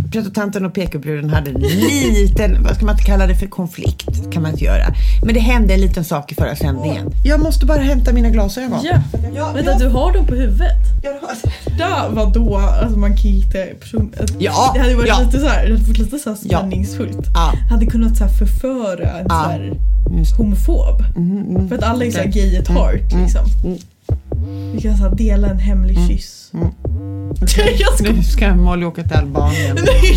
Pretotanten och PK-bruden hade en liten, vad ska man inte kalla det för, konflikt kan man inte göra. Men det hände en liten sak i förra sändningen. Jag måste bara hämta mina glasögon. Vänta, du har dem på huvudet? Vadå? Alltså man kan hitta person. Ja. Det hade varit lite så här, det hade varit lite så här spänningsfullt. Ja. Hade kunnat så här förföra en så här homofob. För att alla är så här gay at heart liksom. Vi kan så här dela en hemlig kyss. Nu ska Molly åka till Albanien.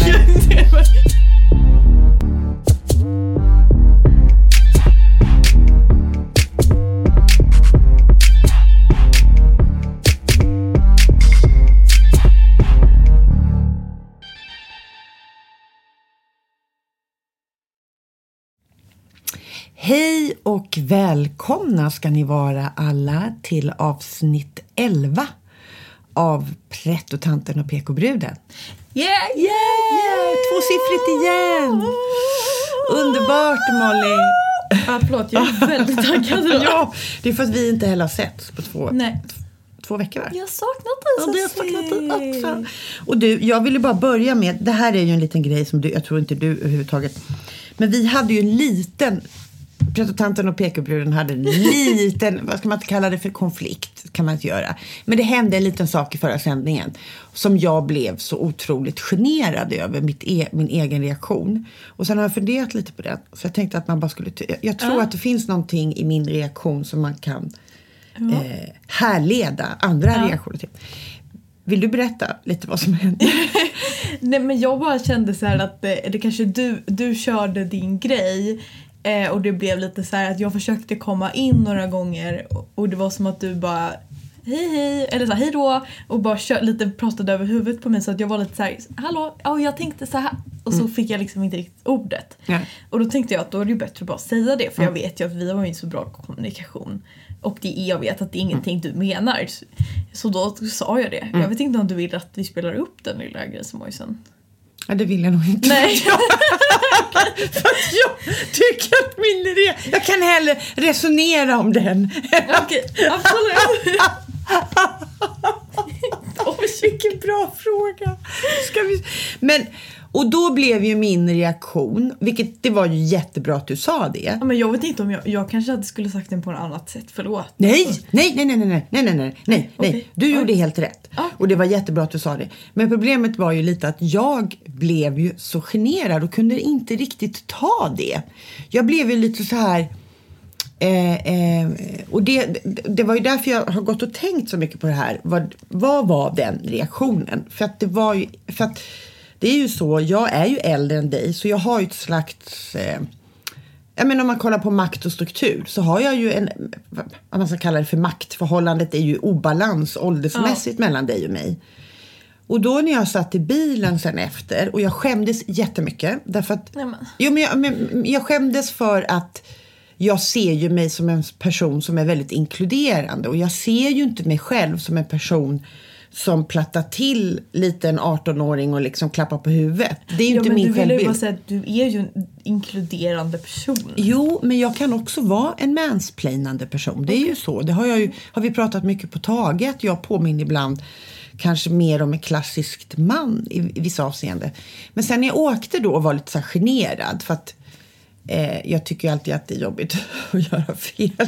Hej och välkomna ska ni vara alla till avsnitt 11 av Pretotanten och PK-bruden. Yeah! Tvåsiffrigt igen! Underbart, Molly! Förlåt, jag är väldigt taggad idag. Ja, det är för att vi inte heller har sett på två veckor, va? Jag har saknat dig. Ja, du har saknat dig också. Och du, jag ville bara börja med, det här är ju en liten grej som jag tror inte du överhuvudtaget, men vi hade ju en liten, Pretotanten och PK-bruden hade en liten, vad ska man inte kalla det för, konflikt kan man inte göra. Men det hände en liten sak i förra sändningen som jag blev så otroligt generad över min egen reaktion. Och sen har jag funderat lite på det. Så jag tänkte att man bara skulle, jag tror att det finns någonting i min reaktion som man kan härleda andra reaktioner till. Vill du berätta lite vad som hände? Nej, men jag bara kände så här att det kanske du körde din grej. Och det blev lite så här att jag försökte komma in några gånger och det var som att du bara hej eller så här, hej då, och bara lite pratade över huvudet på mig, så att jag var lite så här, hallå, jag tänkte så här, och så fick jag liksom inte riktigt ordet. Och då tänkte jag att då är det ju bättre att bara säga det, för jag vet ju att vi har ju så bra kommunikation och jag vet att det är ingenting du menar, så då sa jag det. Jag vet inte om du vill att vi spelar upp den lilla grismojsen. Ja, det vill jag nog inte. Nej. För att jag tycker att min idé, jag kan hellre resonera om den. Okej, absolut. Vilken bra fråga. Och då blev ju min reaktion, vilket det var ju jättebra att du sa det. Ja, men jag vet inte om jag kanske hade skulle sagt den på ett annat sätt, förlåt. Nej. Du gjorde helt rätt. Och det var jättebra att du sa det. Men problemet var ju lite att jag blev ju så generad och kunde inte riktigt ta det. Jag blev ju lite så här... och det var ju därför jag har gått och tänkt så mycket på det här. Vad var den reaktionen? För att det är ju så, jag är ju äldre än dig, så jag har ju ett slags... jag menar, om man kollar på makt och struktur så har jag ju vad man ska kalla det för, maktförhållandet är ju obalans åldersmässigt mellan dig och mig. Och då när jag satt i bilen sen efter, och jag skämdes jättemycket därför att... jag skämdes för att jag ser ju mig som en person som är väldigt inkluderande, och jag ser ju inte mig själv som en person som plattar till lite en 18-åring och liksom klappar på huvudet. Det är ju inte min självbild. Du vill säga att du är ju en inkluderande person. Jo, men jag kan också vara en mansplainande person. Det är ju så. Det har vi pratat mycket på taget. Jag påminner ibland kanske mer om en klassisk man i vissa avseenden. Men sen när jag åkte då och var lite så här generad, för att jag tycker alltid att det är jobbigt att göra fel.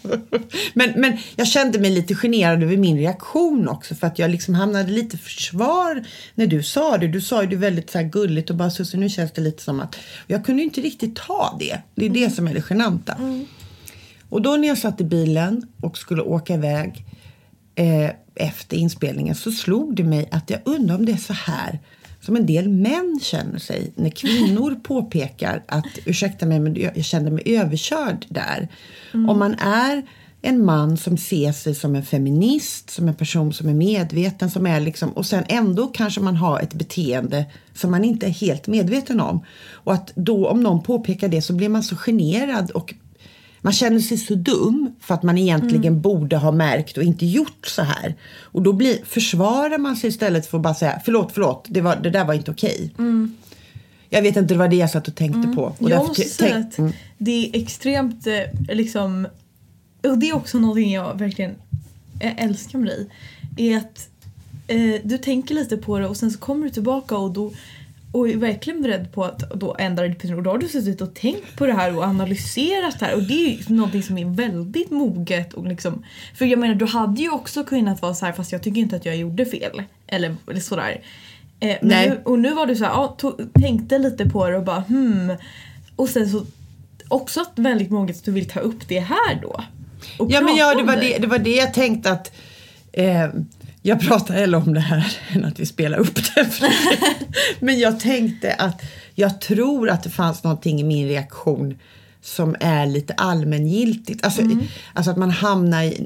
men jag kände mig lite generad över min reaktion också, för att jag liksom hamnade lite försvar när du sa det. Du sa ju det väldigt så här gulligt och bara så nu känns det lite som att... Jag kunde inte riktigt ta det. Det är det som är det genanta. Och då när jag satt i bilen och skulle åka iväg efter inspelningen, så slog det mig att jag undrar om det är så här som en del män känner sig när kvinnor påpekar att, ursäkta mig men jag kände mig överkörd där. Om man är en man som ser sig som en feminist, som en person som är medveten, som är liksom, och sen ändå kanske man har ett beteende som man inte är helt medveten om. Och att då om någon påpekar det så blir man så generad och man känner sig så dum för att man egentligen borde ha märkt och inte gjort så här. Och då försvarar man sig istället för att bara säga förlåt, det där var inte okej. Jag vet inte, det var det jag satt och tänkte på. Och jag måste säga att det är extremt liksom, och det är också någonting jag verkligen älskar med dig, är att du tänker lite på det och sen så kommer du tillbaka och då och är verkligen beredd på att då ändra ditt beteende. Och då har du suttit och tänkt på det här och analyserat det här. Och det är ju någonting som är väldigt moget. Och liksom, för jag menar, du hade ju också kunnat vara så här, fast jag tycker inte att jag gjorde fel. Eller sådär. Och nu var du så här, tänkte lite på det och bara Och sen så också att väldigt moget att du vill ta upp det här då. Ja, men det var det jag tänkte att jag pratar hellre om det här än att vi spelar upp det. Men jag tänkte att jag tror att det fanns någonting i min reaktion som är lite allmängiltigt. Alltså att man hamnar i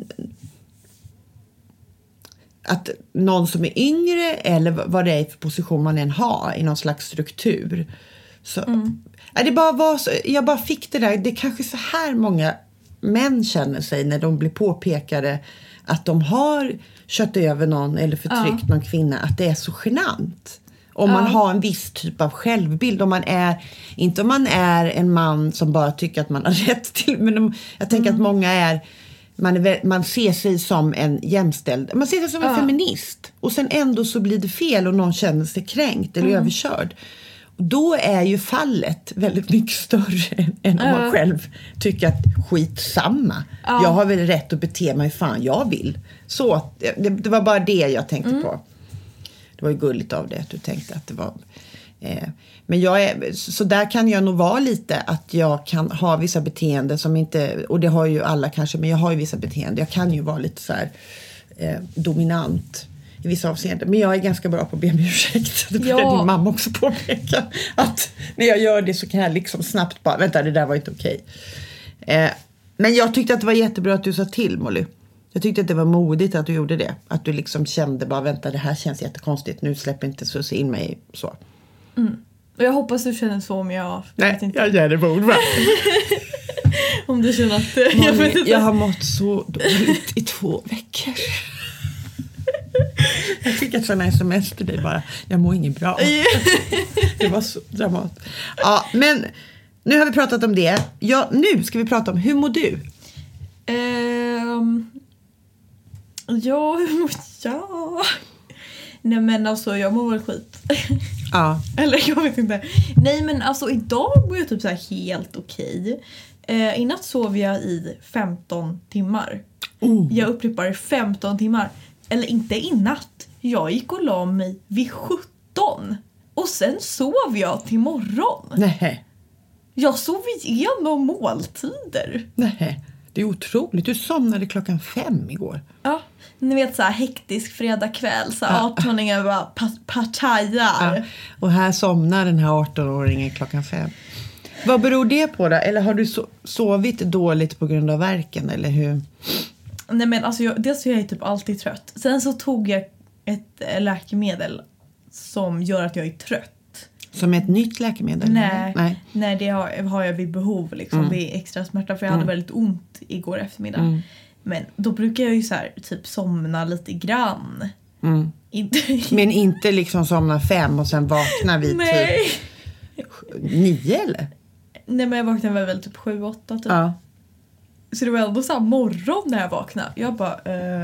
att någon som är yngre eller vad det är för position man än har i någon slags struktur. Så det bara var så, jag bara fick det där. Det är kanske så här många män känner sig när de blir påpekade att de har kört över någon eller förtryckt någon kvinna, att det är så genant. Om man har en viss typ av självbild, om man är en man som bara tycker att man har rätt till, men jag tänker att många man ser sig som en jämställd, man ser sig som en feminist, och sen ändå så blir det fel och någon känner sig kränkt eller överkörd. Då är ju fallet väldigt mycket större än om man själv tycker att skitsamma. Jag har väl rätt att bete mig fan jag vill. Så det var bara det jag tänkte på. Det var ju gulligt av det att du tänkte att det var. Men så där kan jag nog vara lite, att jag kan ha vissa beteenden som inte, och det har ju alla kanske, men jag har ju vissa beteenden. Jag kan ju vara lite så här dominant i vissa avseenden. Men jag är ganska bra på att be om ursäkt. Det började din mamma också påpeka. Att när jag gör det så kan jag liksom snabbt bara, vänta, det där var inte okej. Men jag tyckte att det var jättebra att du sa till, Molly. Jag tyckte att det var modigt att du gjorde det. Att du liksom kände bara, vänta, det här känns jättekonstigt. Nu släpper inte Susie in mig så. Och jag hoppas du känner så om jag... Nej, jag gör det bord, va? Om du känner att... Molly, jag har mått så dåligt i 2 veckor. Jag fick ett sån sms till dig bara. Jag mår inget bra. Det var så dramatiskt. Ja, men nu har vi pratat om det. Ja, nu ska vi prata om hur mår du? Hur mår jag? Nej, men alltså jag mår väl skit. Ja. Eller jag vet inte. Nej, men alltså idag mår jag typ så här helt okej. I natt sov jag i 15 timmar. Jag upprepar 15 timmar. Eller inte i natt. Jag gick och la mig vid 17. Och sen sov jag till morgon. Nej. Jag sov igenom måltider. Nej, det är otroligt. Du somnade 5:00 igår. Ja, ni vet så här hektisk fredagkväll. Så 18-åringar bara partajar. Ja. Och här somnar den här 18-åringen 5:00. Vad beror det på då? Eller har du sovit dåligt på grund av värken? Eller hur? Nej, men alltså dels är jag typ alltid trött. Sen så tog jag ett läkemedel som gör att jag är trött. Som ett nytt läkemedel? Nej, det har jag vid behov liksom. Vid extra smärta, för jag hade väldigt ont igår eftermiddag. Men då brukar jag ju så här, typ somna lite grann. Men inte liksom somna 5 och sen vakna vid typ 9 eller? Nej, men jag vaknade väl typ 7-8 typ. Ja. Så det var ändå så här morgon när jag vaknade. Jag bara...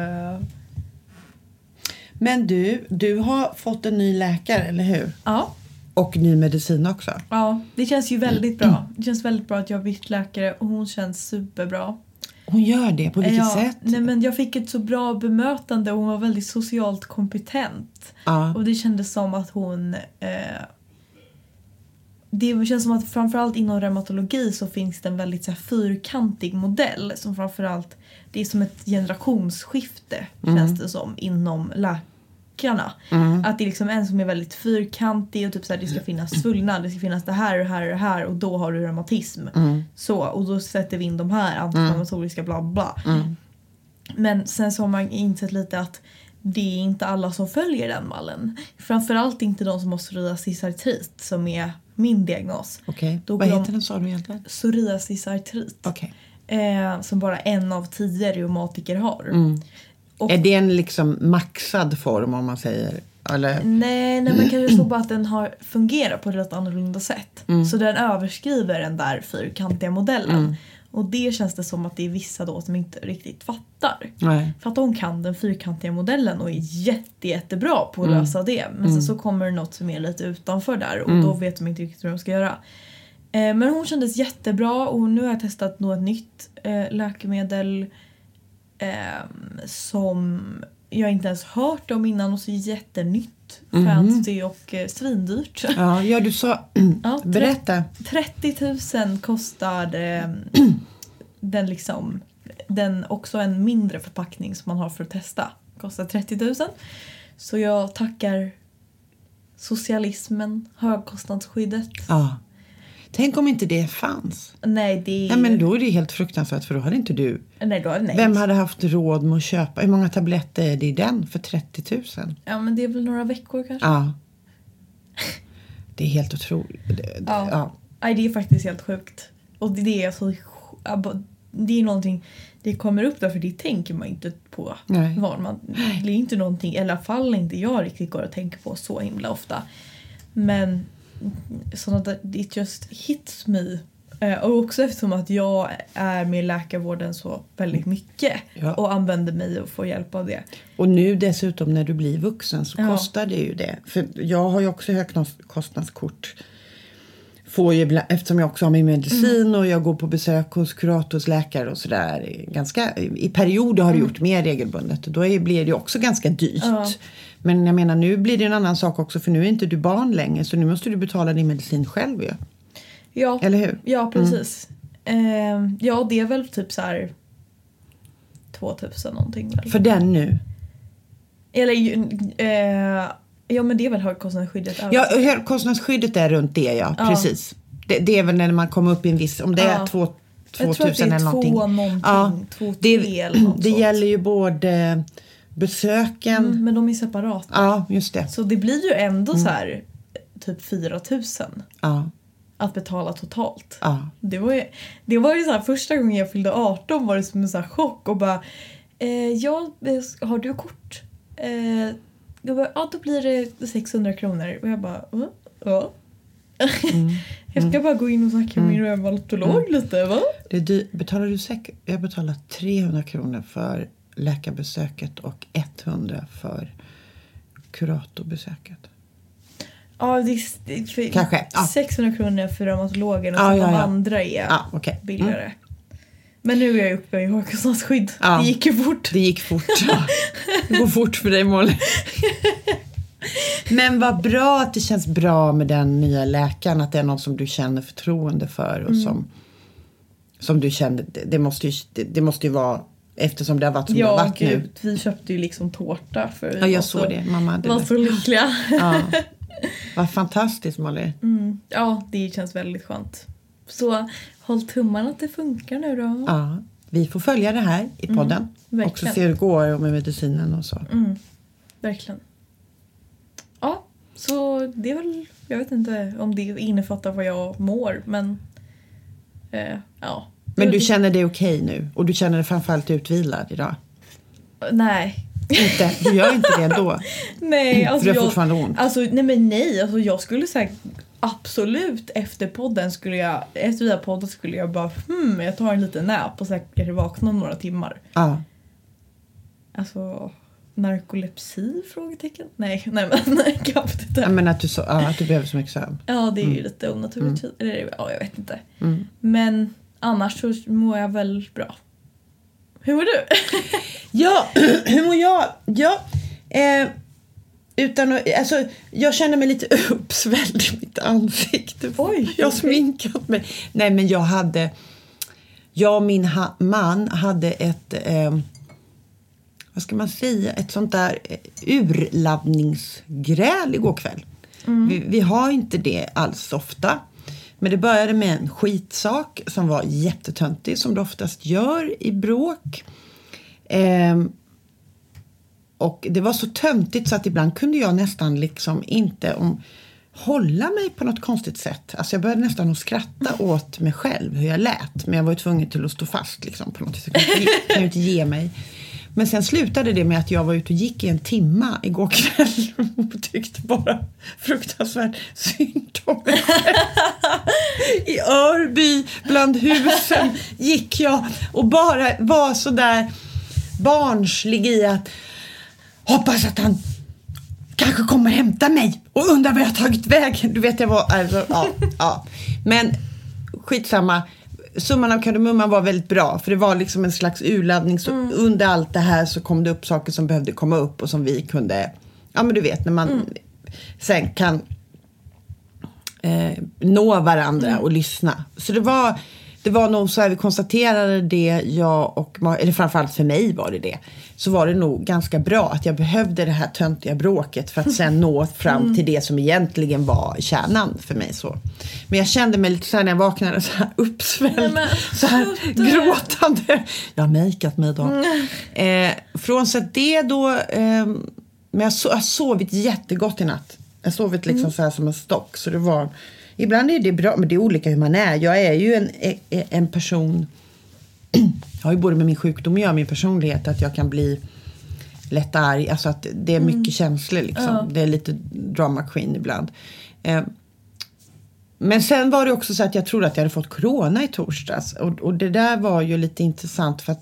Men du har fått en ny läkare, eller hur? Ja. Och ny medicin också. Ja, det känns ju väldigt bra. Det känns väldigt bra att jag har bytt läkare och hon känns superbra. Hon gör det? På vilket sätt? Nej, men jag fick ett så bra bemötande och hon var väldigt socialt kompetent. Ja. Och det kändes som att hon... Det känns som att framförallt inom reumatologi så finns det en väldigt så här fyrkantig modell som framförallt, det är som ett generationsskifte känns det som inom läkarna. Att det är liksom en som är väldigt fyrkantig och typ så här, det ska finnas svullnad, det ska finnas det här och det här och det här och då har du reumatism. Så, och då sätter vi in de här antiinflammatoriska bla bla. Men sen så har man insett lite att det är inte alla som följer den mallen. Framförallt inte de som har psoriasisartrit som är min diagnos. Okej. Vad heter den, sa du egentligen? Psoriasisartrit. Okej. Som bara 1 av 10 reumatiker har. Och, är det en liksom maxad form om man säger? Eller? Nej, man kan ju få bara att den har fungerat på ett rätt annorlunda sätt. Så den överskriver den där fyrkantiga modellen. Och det känns det som att det är vissa då som inte riktigt fattar. Nej. För att de kan den fyrkantiga modellen och är jättebra på att lösa det. Men sen så kommer det något som är lite utanför där. Och då vet de inte riktigt hur de ska göra. Men hon kändes jättebra. Och nu har jag testat något nytt läkemedel. Som jag inte ens hört om innan. Och så jättenytt. Fancy och svindyrt. Ja, du sa... berätta. 30 000 kostar den liksom... Den också en mindre förpackning som man har för att testa. Kostar 30 000. Så jag tackar socialismen, högkostnadsskyddet. Ja. Tänk om inte det fanns. Nej, det är... Ja, men då är det helt fruktansvärt, för då hade inte du... Nej. Vem hade haft råd med att köpa? Hur många tabletter är det i den för 30 000? Ja, men det är väl några veckor kanske. Ja. Det är helt otroligt. Ja. Nej, det är faktiskt helt sjukt. Och det är så... Det är någonting... Det kommer upp där, för det tänker man inte på. Nej. Det är inte någonting... I alla fall inte jag riktigt går att tänka på så himla ofta. Men... sådant att it just hits me. Och också eftersom att jag är med i läkarvården så väldigt mycket. Ja. Och använder mig och får hjälp av det. Och nu dessutom när du blir vuxen så kostar det ju det. För jag har ju också högkostnadskort. Får ju, eftersom jag också har min medicin och jag går på besök hos kurators läkare och sådär. I perioder har det gjort mer regelbundet. Och då blir det också ganska dyrt. Ja. Men jag menar, nu blir det en annan sak också, för nu är inte du barn längre, så nu måste du betala din medicin själv ju. Ja. Eller hur? Ja, precis. Ja, det är väl typ så här 2000 någonting väl. För den nu? Eller ja, men det är väl högkostnadsskyddet. Ja, högkostnadsskyddet är runt det, ja. Precis. Det är väl när man kommer upp i en viss, om det är 2000 eller någonting. Ja, 2-3 eller något det gäller ju både besöken. Men de är separata. Ja, just det. Så det blir ju ändå så här typ 4 000 att betala totalt. Ja. Det var ju så här, första gången jag fyllde 18 var det som en så här chock och bara har du kort? Jag bara, då blir det 600 kronor. Och jag bara, ja. Jag ska bara gå in och snacka med min reumatolog lite, va? Betalar du jag betalar 300 kronor för läkarbesöket och 100 för kuratorbesöket. Ja, det är kanske 600 kronor för reumatologen och så de andra är billigare. Men nu är jag uppe i högkostnadsskydd. Ja. Det gick ju fort. Det gick fort. Det går fort för dig, Molly. Men vad bra att det känns bra med den nya läkaren. Att det är någon som du känner förtroende för. Och som du känner. Det måste ju vara, eftersom det har varit som det har varit nu. Vi köpte ju liksom tårta. För ja, jag såg det. Mamma hade var så lyckliga. Ja. Vad fantastiskt, Molly. Ja, det känns väldigt skönt. Så håll tummarna att det funkar nu då. Ja, vi får följa det här i podden. Och så se hur det går med medicinen och så. Verkligen. Ja, så det är väl... Jag vet inte om det innefattar vad jag mår, men... ja. Men du känner dig okej nu? Och du känner dig framförallt utvilad idag? Nej. Inte? Du gör inte det ändå? Nej, alltså för du har fortfarande ont? Alltså, nej. Alltså, jag skulle säga absolut efter vi har podden skulle jag bara jag tar en liten nap och säkert vakna om några timmar. Ja. Alltså, narkolepsi? Frågetecken? Nej, men knappt inte. Ja, men att du behöver så mycket sömn. Ja, det är ju lite onaturligt. Eller, ja, jag vet inte. Men annars så mår jag väl bra. Hur mår du? Ja, hur mår jag? Ja, jag känner mig lite uppsvälld i mitt ansikte. Oj, jag har sminkat mig. Nej, men jag och min man hade ett vad ska man säga, ett sånt där urladdningsgräl igår kväll. Vi har inte det alls ofta. Men det började med en skitsak som var jättetöntig, som det oftast gör i bråk. Och det var så töntigt så att ibland kunde jag nästan liksom inte hålla mig på något konstigt sätt. Alltså jag började nästan att skratta åt mig själv hur jag lät. Men jag var ju tvungen till att stå fast liksom på något sätt. Jag kan ju inte ge mig. Men sen slutade det med att jag var ute och gick i 1 timma igår kväll och tyckte bara fruktansvärt synd om mig själv. I Örby, bland husen, gick jag och bara var så där barnslig i att hoppas att han kanske kommer hämta mig och undrar vad jag har tagit vägen. Du vet, jag var... Alltså, ja. Men skitsamma. Summan av kardemumman var väldigt bra. För det var liksom en slags urladdning. Så under allt det här så kom det upp saker som behövde komma upp. Och som vi kunde... Ja, men du vet, när man sen kan nå varandra och lyssna. Så det var nog så här, vi konstaterade det, jag och... Eller framförallt för mig var det. Så var det nog ganska bra att jag behövde det här töntiga bråket för att sen nå fram till det som egentligen var kärnan för mig. Så. Men jag kände mig lite så här när jag vaknade så här uppsvälld, så här gråtande. Jag har makeat mig då. Frånsett det då, men jag har sovit jättegott i natt. Jag har sovit liksom så här som en stock. Så det var, ibland är det bra, men det är olika hur man är. Jag är ju en person... Jag har ju både med min sjukdom och min personlighet att jag kan bli lätt arg. Alltså att det är mycket känslor liksom. Ja. Det är lite drama queen ibland. Men sen var det också så att jag trodde att jag hade fått corona i torsdags. Och det där var ju lite intressant för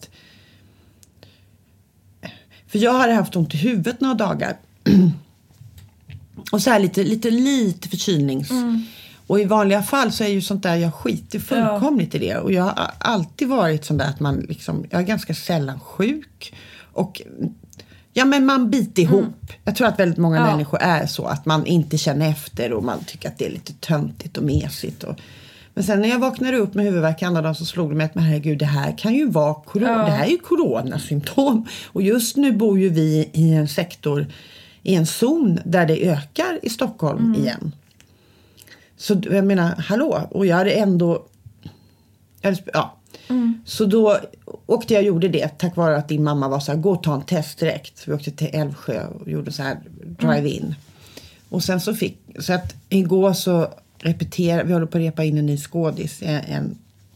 jag hade haft ont i huvudet några dagar. Och så här lite förkylnings... Och i vanliga fall så är ju sånt där, jag skiter fullkomligt i det. Och jag har alltid varit sån där att man liksom, jag är ganska sällan sjuk. Och ja, men man biter ihop. Jag tror att väldigt många människor är så. Att man inte känner efter och man tycker att det är lite töntigt och mesigt. Men sen när jag vaknade upp med huvudvärk andra dagen så slog det mig att men herregud, det här kan ju vara corona. Det här är ju coronasymptom. Och just nu bor ju vi i en sektor, i en zon där det ökar i Stockholm igen. Så jag menar, hallå. Och jag hade ändå... Så då åkte jag och gjorde det. Tack vare att din mamma var så här, gå och ta en test direkt. Så vi åkte till Älvsjö och gjorde så här drive-in. Och sen så att igår så repeterade... Vi håller på att repa in en ny skådis. En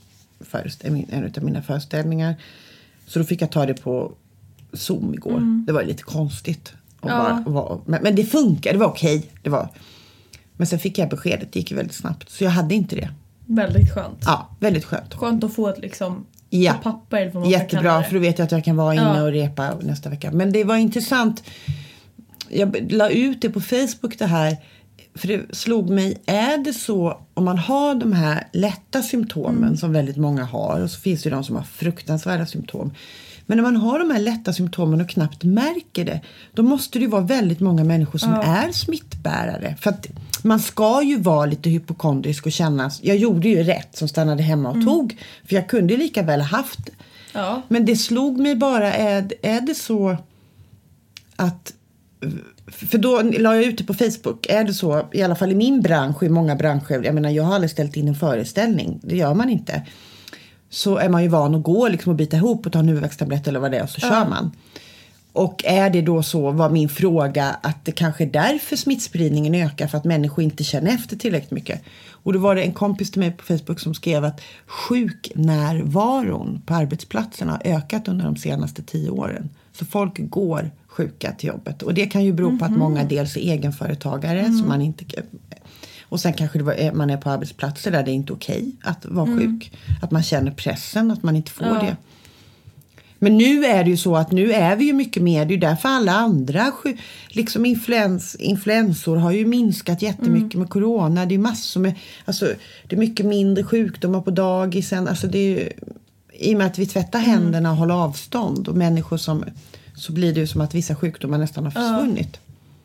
av mina föreställningar. Så då fick jag ta det på Zoom igår. Det var lite konstigt. Men det funkar, det var okej. Det var... Men sen fick jag beskedet, det gick ju väldigt snabbt. Så jag hade inte det. Väldigt skönt. Ja, väldigt skönt. Skönt att få ett liksom papper. Eller vad man jättebra, för då vet jag att jag kan vara inne och repa nästa vecka. Men det var intressant. Jag la ut det på Facebook det här. För det slog mig, är det så om man har de här lätta symptomen som väldigt många har. Och så finns det ju de som har fruktansvärda symptom. Men när man har de här lätta symptomen och knappt märker det, då måste det ju vara väldigt många människor som är smittbärare. För att man ska ju vara lite hypokondrisk och känna, jag gjorde ju rätt som stannade hemma och tog. För jag kunde ju lika väl haft. Ja. Men det slog mig bara, är det så att, för då la jag ut det på Facebook, är det så, i alla fall i min bransch, i många branscher, jag menar jag har aldrig ställt in en föreställning, det gör man inte. Så är man ju van att gå liksom och bita ihop och ta en huvudvärkstablett eller vad det är och så kör man. Och är det då så, var min fråga, att det kanske är därför smittspridningen ökar, för att människor inte känner efter tillräckligt mycket. Och då var det en kompis till mig på Facebook som skrev att sjuknärvaron på arbetsplatserna har ökat under de senaste 10 åren. Så folk går sjuka till jobbet. Och det kan ju bero på att många dels är egenföretagare som man inte... Och sen kanske man är på arbetsplatser där det är inte okej att vara sjuk. Att man känner pressen, att man inte får det. Men nu är det ju så att nu är vi ju mycket mer. Det är ju därför alla andra liksom influensor har ju minskat jättemycket med corona. Det är massor med, alltså det är mycket mindre sjukdomar på dagisen. Alltså det är ju, i och med att vi tvättar händerna och håller avstånd och människor så blir det ju som att vissa sjukdomar nästan har försvunnit.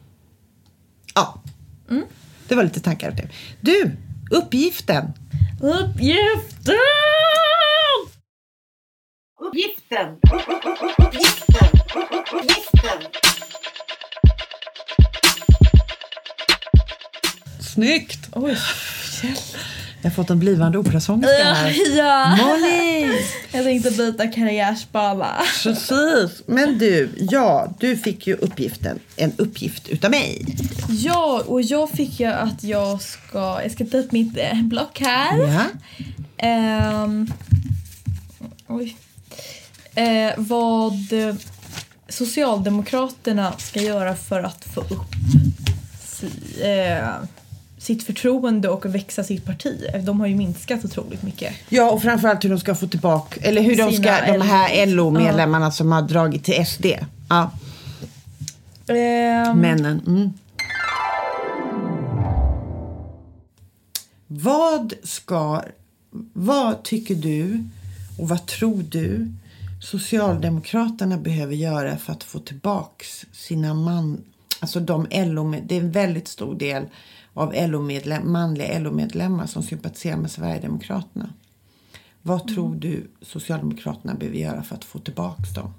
Ja. Det var lite tankar. Du, uppgiften. Snyggt. Oj, jag har fått en blivande operasångerska här. Ja. Molly. Jag tänkte byta karriärsbana. Precis. Men du fick ju en uppgift utav mig. Ja, och jag fick ju att jag ska ta upp mitt block här. Ja. Socialdemokraterna ska göra för att få upp sitt förtroende och växa sitt parti. De har ju minskat otroligt mycket. Ja, och framförallt hur de ska få tillbaka, eller hur de här LO-medlemmarna som har dragit till SD. Ja. Männen. Vad tycker du och vad tror du Socialdemokraterna behöver göra för att få tillbaks sina alltså de det är en väldigt stor del av manliga LO-medlemmar som sympatiserar med Sverigedemokraterna. Vad tror du Socialdemokraterna behöver göra för att få tillbaks dem?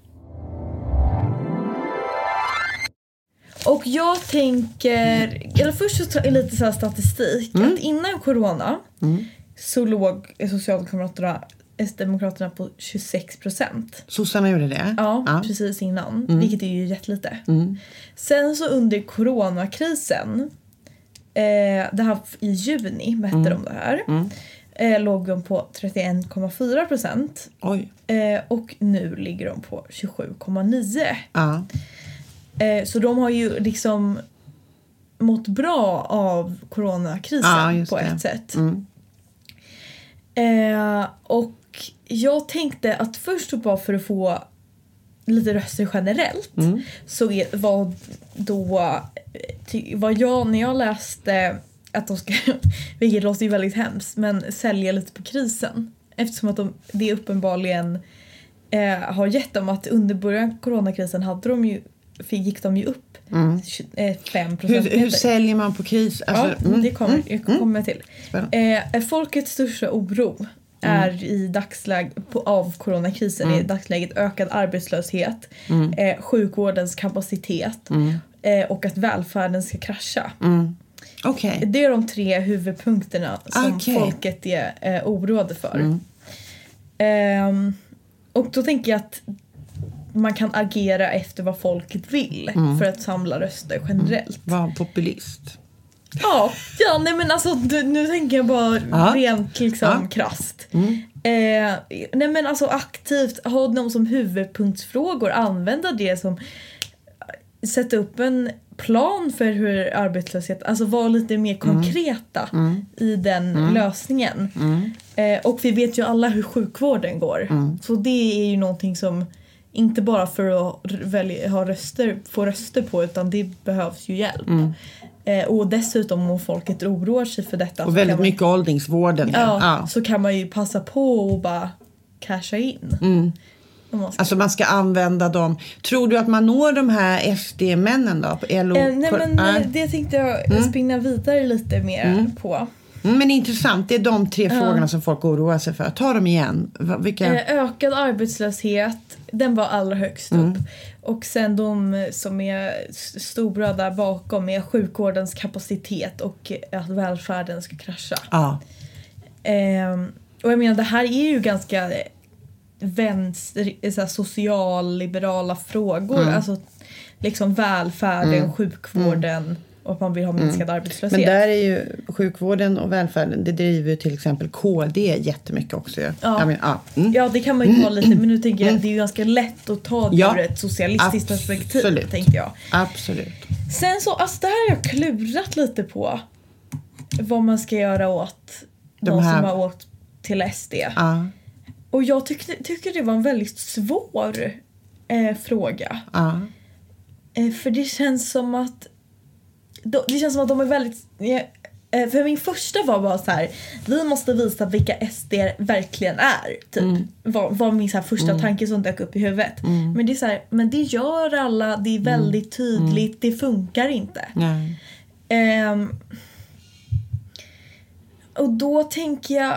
Och jag tänker, eller först så lite så här statistik, att innan corona så låg Socialdemokraterna på 26%. Sossarna gjorde det? Ja, precis innan. Vilket är ju jättelite. Sen så under coronakrisen, det här i juni mätte de det här, låg de på 31,4%. Oj. Och nu ligger de på 27,9%. Så de har ju liksom mått bra av coronakrisen på ett sätt. Och jag tänkte att först bara för att få lite röster generellt så när jag läste att de ska, vilket låter ju väldigt hemskt, men sälja lite på krisen, eftersom att det uppenbarligen har gett dem att under början coronakrisen gick de ju upp 5%. Hur säljer man på kris? Alltså, det kommer till. Folkets största oro är i dagsläget av coronakrisen i dagsläget ökad arbetslöshet, sjukvårdens kapacitet och att välfärden ska krascha. Okay. Det är de 3 huvudpunkterna som folket är oroade för. Och då tänker jag att man kan agera efter vad folket vill för att samla röster generellt. Var populist. Ja, nej men alltså nu tänker jag bara rent liksom krasst. Nej men alltså aktivt ha dem som huvudpunktsfrågor, använda det som sätta upp en plan för hur arbetslöshet, alltså vara lite mer konkreta i den lösningen. Och vi vet ju alla hur sjukvården går. Så det är ju någonting som inte bara för att få röster på, utan det behövs ju hjälp. Och dessutom om folket oroar sig för detta. Och väldigt mycket åldringsvården. Så kan man ju passa på och bara casha in. Alltså man ska använda dem. Tror du att man når de här SD-männen då? På LO? Det tänkte jag spinna vidare lite mer på. Men intressant, det är de 3 frågorna som folk oroar sig för. Ta dem igen. Ökad arbetslöshet, den var allra högst upp. Och sen de som är stora där bakom är sjukvårdens kapacitet och att välfärden ska krascha. Och jag menar, det här är ju ganska socialliberala frågor. Alltså liksom välfärden, sjukvården och att man vill ha minskad arbetslöshet. Men där är ju sjukvården och välfärden, det driver ju till exempel KD jättemycket också. Ja, det kan man ju ta lite, men nu tänker jag det är ju ganska lätt att ta det ur ett socialistiskt perspektiv, tänker jag. Absolut. Sen så, alltså det här har jag klurat lite på vad man ska göra åt de som har åkt till SD. Och jag tycker det var en väldigt svår fråga. För det känns som att de är väldigt... För min första var bara så här: vi måste visa vilka SD verkligen är. Typ. Var min så här första tanke som dök upp i huvudet. Men det är så här, men det gör alla. Det är väldigt tydligt. Det funkar inte. Och då tänker jag...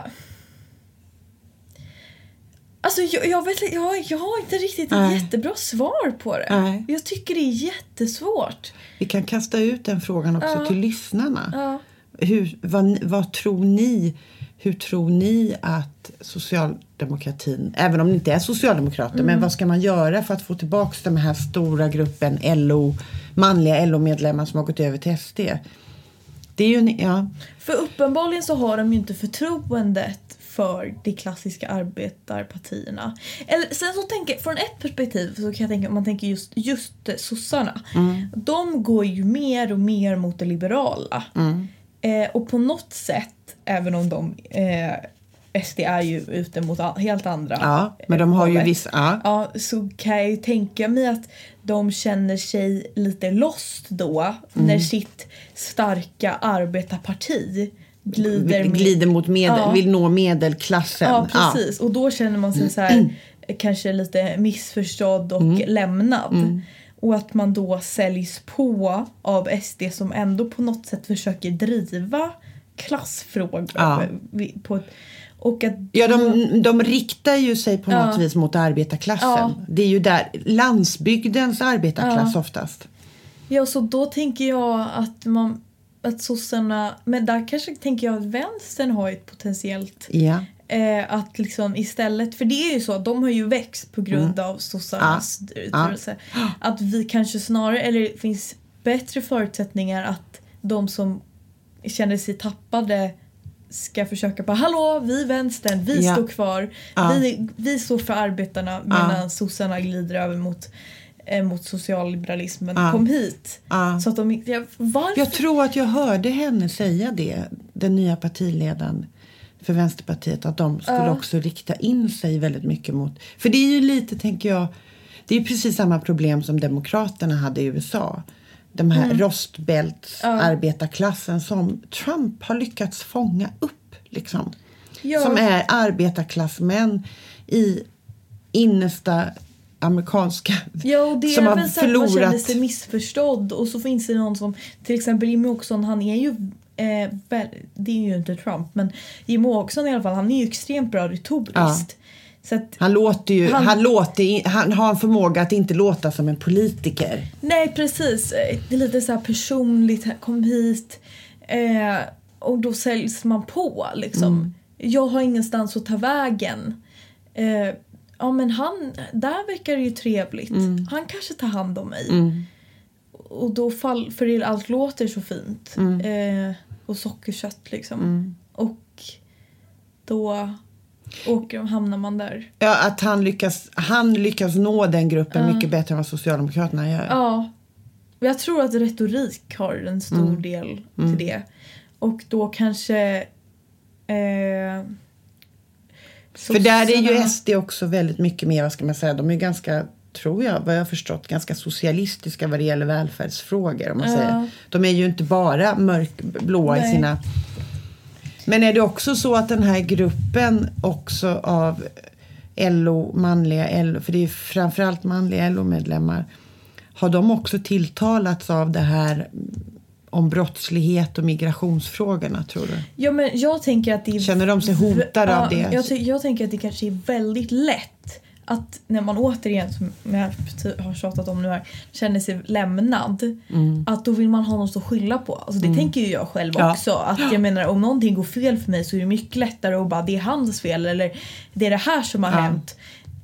Alltså jag har inte riktigt ett jättebra svar på det. Jag tycker det är jättesvårt. Vi kan kasta ut den frågan också till lyssnarna. Vad tror ni? Hur tror ni att socialdemokratin, även om det inte är socialdemokrater, men vad ska man göra för att få tillbaka den här stora gruppen manliga LO-medlemmar som har gått över till SD? Det är ju För uppenbarligen så har de ju inte förtroendet för de klassiska arbetarpartierna. Eller sen så tänker från ett perspektiv så kan jag tänka, om man tänker just sossarna. De går ju mer och mer mot det liberala. Och på något sätt, även om de SD är ju ute mot helt andra. Ja, men de har ju vissa. Ja, så kan jag ju tänka mig att de känner sig lite lost då när sitt starka arbetarparti glider mot vill nå medelklassen. Ja, precis. Och då känner man sig så här kanske lite missförstådd och lämnad. Och att man då säljs på av SD som ändå på något sätt försöker driva klassfrågor på ett, och att de riktar ju sig på något vis mot arbetarklassen. Ja. Det är ju där landsbygdens arbetarklass oftast. Ja, så då tänker jag att sossarna, men där kanske tänker jag att vänstern har ett potentiellt att liksom istället, för det är ju så att de har ju växt på grund av sossarnas styrelse. Att vi kanske snarare, eller det finns bättre förutsättningar att de som känner sig tappade ska försöka på hallå, vi vänstern, vi står kvar. Vi står för arbetarna medan sossarna glider över mot socialliberalismen. Kom hit. Så att varför? Jag tror att jag hörde henne säga det, den nya partiledaren för Vänsterpartiet, att de skulle också rikta in sig väldigt mycket mot, för det är ju lite, tänker jag, det är ju precis samma problem som demokraterna hade i USA. De här rostbälts arbetarklassen som Trump har lyckats fånga upp liksom. Som är arbetarklassmän i innersta amerikanska, ja, det som är har väl så förlorat. Man känner sig missförstådd. Och så finns det någon som, till exempel Jimmie Åkesson, han är ju det är ju inte Trump, men Jimmie Åkesson i alla fall, han är ju extremt bra retoriskt. Så att han har en förmåga att inte låta som en politiker. Nej, precis. Det är lite så här personligt, kom hit och då säljs man på liksom. Jag har ingenstans att ta vägen. Ja, men där verkar det ju trevligt. Han kanske tar hand om mig. Och då för allt låter så fint. Och sockerkött liksom. Och då hamnar man där. Ja, att han lyckas nå den gruppen mycket bättre än vad Socialdemokraterna gör. Ja. Jag tror att retorik har en stor del till det. Och då kanske för där är ju SD också väldigt mycket mer, vad ska man säga, de är ganska, tror jag, vad jag har förstått, ganska socialistiska vad det gäller välfärdsfrågor, om man säger. De är ju inte bara mörkblåa i sina. Men är det också så att den här gruppen också av manliga LO, för det är framförallt manliga LO-medlemmar, har de också tilltalats av det här om brottslighet och migrationsfrågorna, tror du? Ja, men jag tänker att känner de sig hotade av det? Jag tänker att det kanske är väldigt lätt att när man återigen, som jag har tjatat om nu här, känner sig lämnad, att då vill man ha något att skylla på. Alltså det tänker ju jag själv också. Att jag menar, om någonting går fel för mig så är det mycket lättare att bara, det är hans fel eller det är det här som har hänt.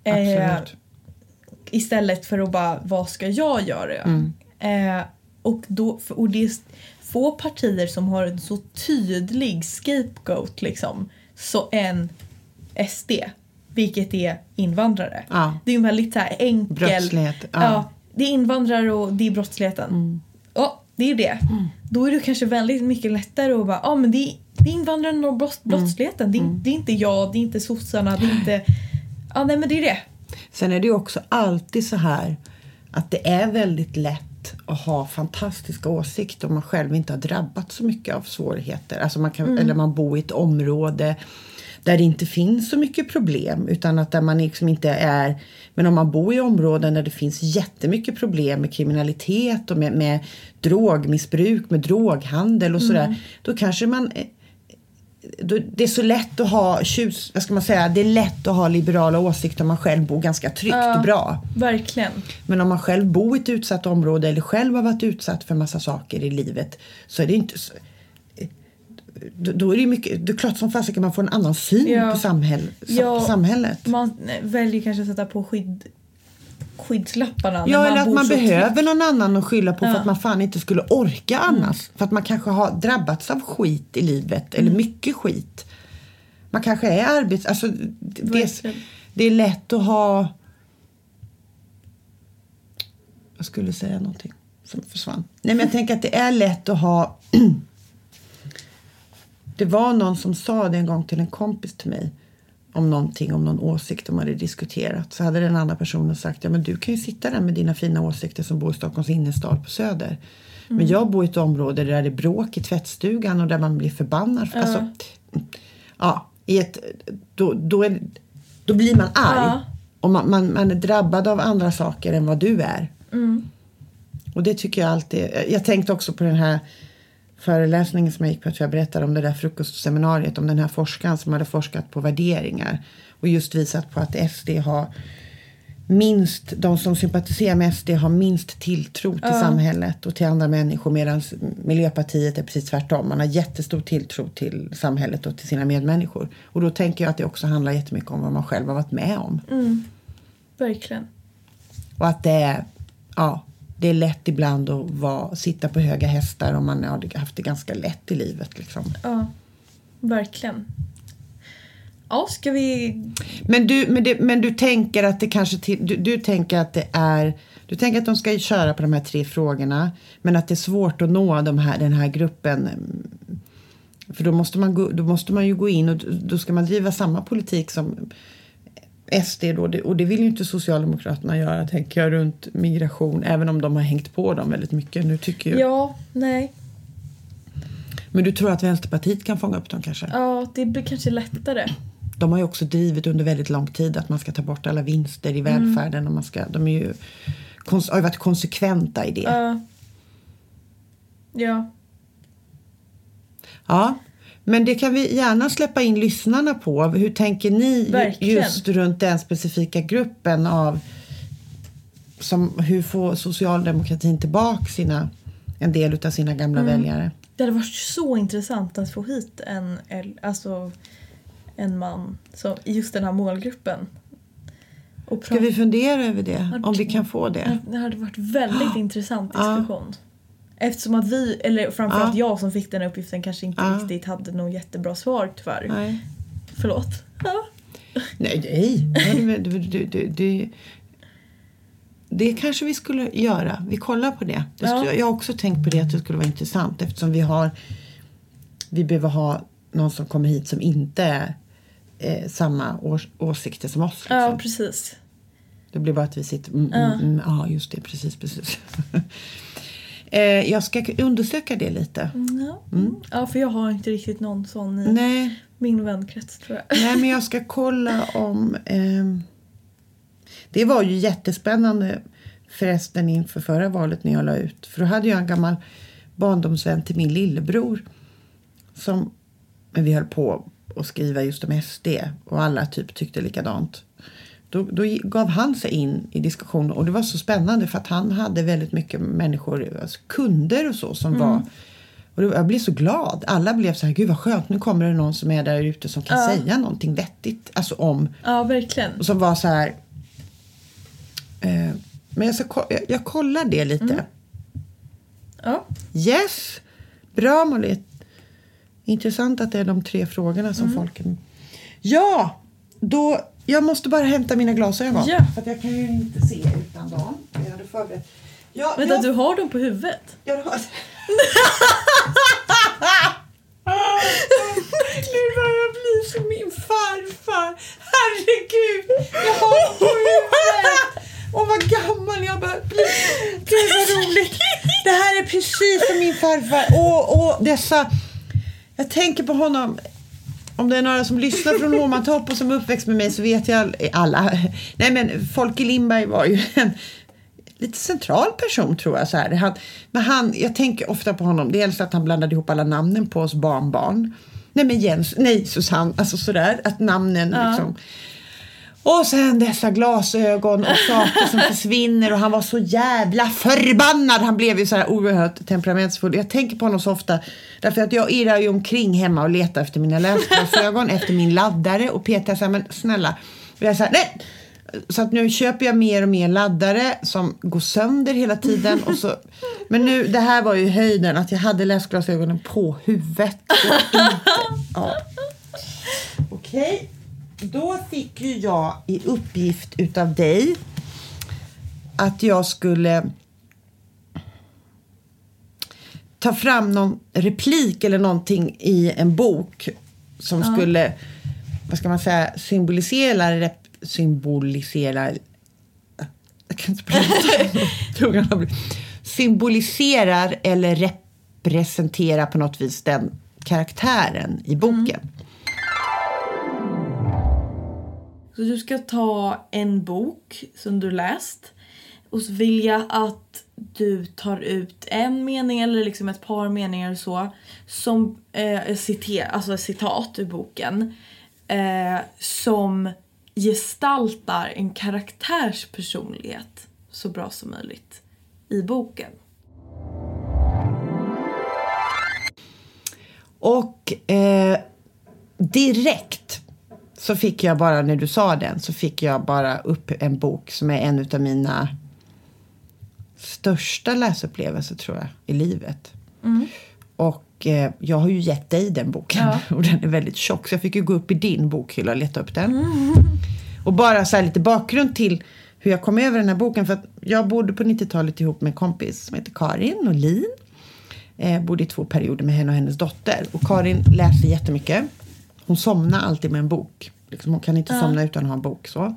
Istället för att bara, vad ska jag göra? Och det är få partier som har en så tydlig scapegoat liksom, så en SD, vilket är invandrare. Det är en väldigt så här enkel brottslighet. Det är invandrare och det är brottsligheten. Det är ju det. Då är det kanske väldigt mycket lättare att bara, men det är invandraren och brottsligheten. Det är inte jag, det är inte sossarna, det är inte nej, men det är det. Sen är det ju också alltid så här att det är väldigt lätt att ha fantastiska åsikter om man själv inte har drabbats så mycket av svårigheter. Alltså man kan, eller man bor i ett område där det inte finns så mycket problem, utan att där man liksom inte är, men om man bor i områden där det finns jättemycket problem med kriminalitet och med drogmissbruk, med droghandel och sådär, då kanske man det är så lätt att ha vad ska man säga, det är lätt att ha liberala åsikter om man själv bor ganska tryggt och bra. Verkligen. Men om man själv bor i ett utsatt område eller själv har varit utsatt för massa saker i livet, så är det inte så, då är det mycket, det är klart som fast kan man få en annan syn på samhället. Man väljer kanske att sätta på skyddslapparna. Ja, eller att man behöver någon annan att skylla på för att man fan inte skulle orka annars. För att man kanske har drabbats av skit i livet, eller mycket skit. Man kanske är alltså det är lätt att ha... Jag skulle säga någonting som försvann. Nej, men jag tänker att det är lätt att ha... Det var någon som sa det en gång till en kompis till mig. Om någonting, om någon åsikt de hade diskuterat. Så hade den andra personen sagt, ja men du kan ju sitta där med dina fina åsikter som bor i Stockholms innerstad på Söder. Men jag bor i ett område där det är bråk i tvättstugan och där man blir förbannad. Alltså, ja, då blir man arg. Och man är drabbad av andra saker än vad du är. Och det tycker jag alltid... Jag tänkte också på den här föreläsningen som jag gick på, att jag berättade om det där frukostseminariet, om den här forskaren som hade forskat på värderingar och just visat på att SD har minst, de som sympatiserar med SD har minst tilltro till samhället och till andra människor, medan Miljöpartiet är precis tvärtom. Man har jättestor tilltro till samhället och till sina medmänniskor. Och då tänker jag att det också handlar jättemycket om vad man själv har varit med om. Verkligen. Och att det är lätt ibland att sitta på höga hästar om man har haft det ganska lätt i livet. Liksom. Ja, verkligen. Ja, ska vi... Men du tänker att det kanske... Du tänker att det är... Du tänker att de ska köra på de här 3 frågorna. Men att det är svårt att nå den här gruppen. För då måste man ju gå in och då ska man driva samma politik som... SD då, och det vill ju inte Socialdemokraterna göra, tänker jag, runt migration, även om de har hängt på dem väldigt mycket nu, tycker jag. Ja, nej. Men du tror att Vänsterpartiet kan fånga upp dem kanske? Ja, det blir kanske lättare. De har ju också drivit under väldigt lång tid att man ska ta bort alla vinster i välfärden och de är ju har ju varit konsekventa i det. Ja. Ja. Men det kan vi gärna släppa in lyssnarna på. Hur tänker ni just runt den specifika gruppen av hur får socialdemokratin tillbaka en del av sina gamla väljare? Det hade varit så intressant att få hit en man som i just den här målgruppen. Ska vi fundera över det? Om vi kan få det? Det hade varit väldigt intressant diskussion. Eftersom att eller framförallt jag som fick den uppgiften kanske inte riktigt hade någon jättebra svar tyvärr. Nej. Förlåt. Ja. Nej. Det kanske vi skulle göra. Vi kollar på det. Jag har också tänkt på det, att det skulle vara intressant. Eftersom vi behöver ha någon som kommer hit som inte är samma åsikter som oss. Liksom. Ja, precis. Det blir bara att vi sitter... Ja, just det. Precis. Jag ska undersöka det lite. Ja, för jag har inte riktigt någon sån i min vänkrets, tror jag. Nej, men jag ska kolla om... Det var ju jättespännande förresten inför förra valet när jag la ut. För då hade jag en gammal barndomsvän till min lillebror. Men vi höll på att skriva just om SD. Och alla typ tyckte likadant. Då gav han sig in i diskussionen. Och det var så spännande för att han hade väldigt mycket människor, alltså kunder och så som var... Och jag blev så glad. Alla blev så här, gud vad skönt, nu kommer det någon som är där ute som kan säga någonting vettigt. Alltså om... Ja, verkligen. Och som var så här... men jag kollar det lite. Ja. Yes! Bra, Molly. Intressant att det är de 3 frågorna som folken... Ja! Då... Jag måste bara hämta mina glasögon. Ja. För att jag kan ju inte se utan dem. Jag hade förberett. Vänta, du har dem på huvudet? Jag har... Nu börjar jag bli som min farfar. Herregud. Jag har dem på huvudet. Och vad gammal jag börjar bli. Det är så roligt. Det här är precis som min farfar. Och dessa... Jag tänker på honom... Om det är några som lyssnar från Håmantorp och som är uppväxt med mig så vet jag alla. Nej, men Folke Lindberg var ju en lite central person, tror jag. Så här. Jag tänker ofta på honom. Dels att han blandade ihop alla namnen på oss barnbarn. Nej, men Jens, nej Susanne. Alltså sådär, att namnen liksom... Och sen dessa glasögon och saker som försvinner. Och han var så jävla förbannad. Han blev ju så här oerhört temperamentsfull. Jag tänker på honom så ofta. Därför att jag irrar ju omkring hemma och letar efter mina läsglasögon. efter min laddare. Och Peter säger, men snälla. Och jag säger, nej. Så att nu köper jag mer och mer laddare som går sönder hela tiden. Och så, men nu, det här var ju höjden. Att jag hade läsglasögonen på huvudet. Och inte, ja. Okej. Okej. Då fick ju jag i uppgift utav dig att jag skulle ta fram någon replik eller någonting i en bok som skulle, vad ska man säga, symbolisera jag kan inte prata. Symboliserar eller representerar på något vis den karaktären i boken. Så du ska ta en bok som du läst och så vill jag att du tar ut en mening eller liksom ett par meningar så som citat ur boken som gestaltar en karaktärs personlighet så bra som möjligt i boken. Och direkt så fick jag bara, när du sa den, så fick jag bara upp en bok som är en utav mina största läsupplevelser tror jag i livet. Och jag har ju gett dig den boken och den är väldigt tjock så jag fick ju gå upp i din bokhylla och leta upp den. Och bara så här lite bakgrund till hur jag kom över den här boken, för att jag bodde på 90-talet ihop med en kompis som heter Karin och Lin. Bodde i 2 perioder med henne och hennes dotter. Och Karin läser jättemycket. Hon somnar alltid med en bok. Liksom, hon kan inte somna utan att ha en bok. Så.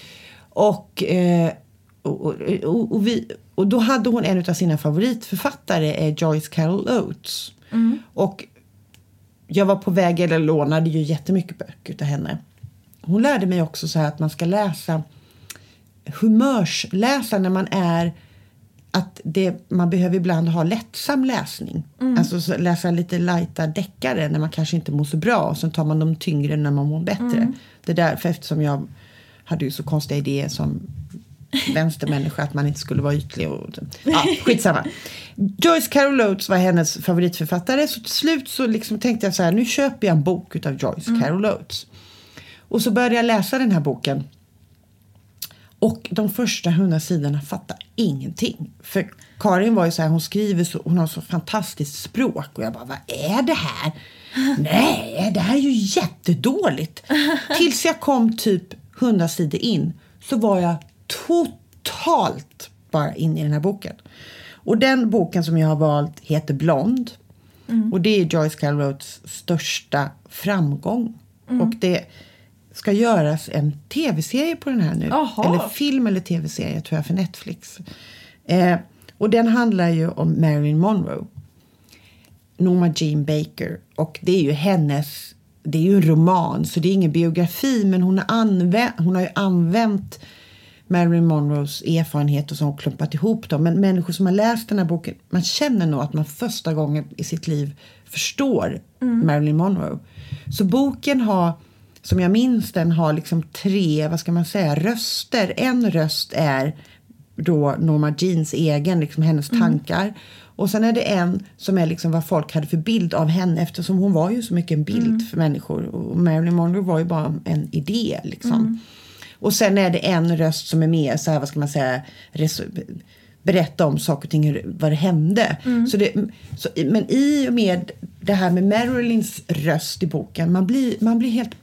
Och då hade hon en av sina favoritförfattare, Joyce Carol Oates. Och jag var på väg, eller lånade ju jättemycket böcker av henne. Hon lärde mig också så här att man ska läsa, humörsläsa när man är, att man behöver ibland ha lättsam läsning. Alltså så läsa lite lighta deckare när man kanske inte mår så bra. Och sen tar man de tyngre när man mår bättre. Det är därför, eftersom jag hade ju så konstiga idéer som vänstermänniska att man inte skulle vara ytlig. Skitsamma. Joyce Carol Oates var hennes favoritförfattare. Så till slut så liksom tänkte jag så här, nu köper jag en bok utav Joyce Carol Oates. Och så började jag läsa den här boken. Och de första 100 sidorna fattar ingenting. För Karin var ju så här, hon skriver så, hon har så fantastiskt språk. Och jag bara, vad är det här? Nej, det här är ju jättedåligt. Tills jag kom typ 100 sidor in så var jag totalt bara in i den här boken. Och den boken som jag har valt heter Blond. Och det är Joyce Carol Oates största framgång. Och det ska göras en tv-serie på den här nu. Aha. Eller film eller tv-serie tror jag för Netflix. Och den handlar ju om Marilyn Monroe. Norma Jean Baker. Och det är ju hennes, det är ju en roman så det är ingen biografi, men hon har ju använt Marilyn Monroes erfarenhet och så har klumpat ihop dem. Men människor som har läst den här boken, man känner nog att man första gången i sitt liv förstår Marilyn Monroe. Så boken har, som jag minns den, har liksom 3, vad ska man säga, röster. En röst är då Norma Jeans egen, liksom hennes tankar. Och sen är det en som är liksom vad folk hade för bild av henne, eftersom hon var ju så mycket en bild för människor. Och Marilyn Monroe var ju bara en idé liksom. Och sen är det en röst som är mer så här, vad ska man säga, berätta om saker och ting, vad det hände. Men i och med det här med Marilyns röst i boken, man blir helt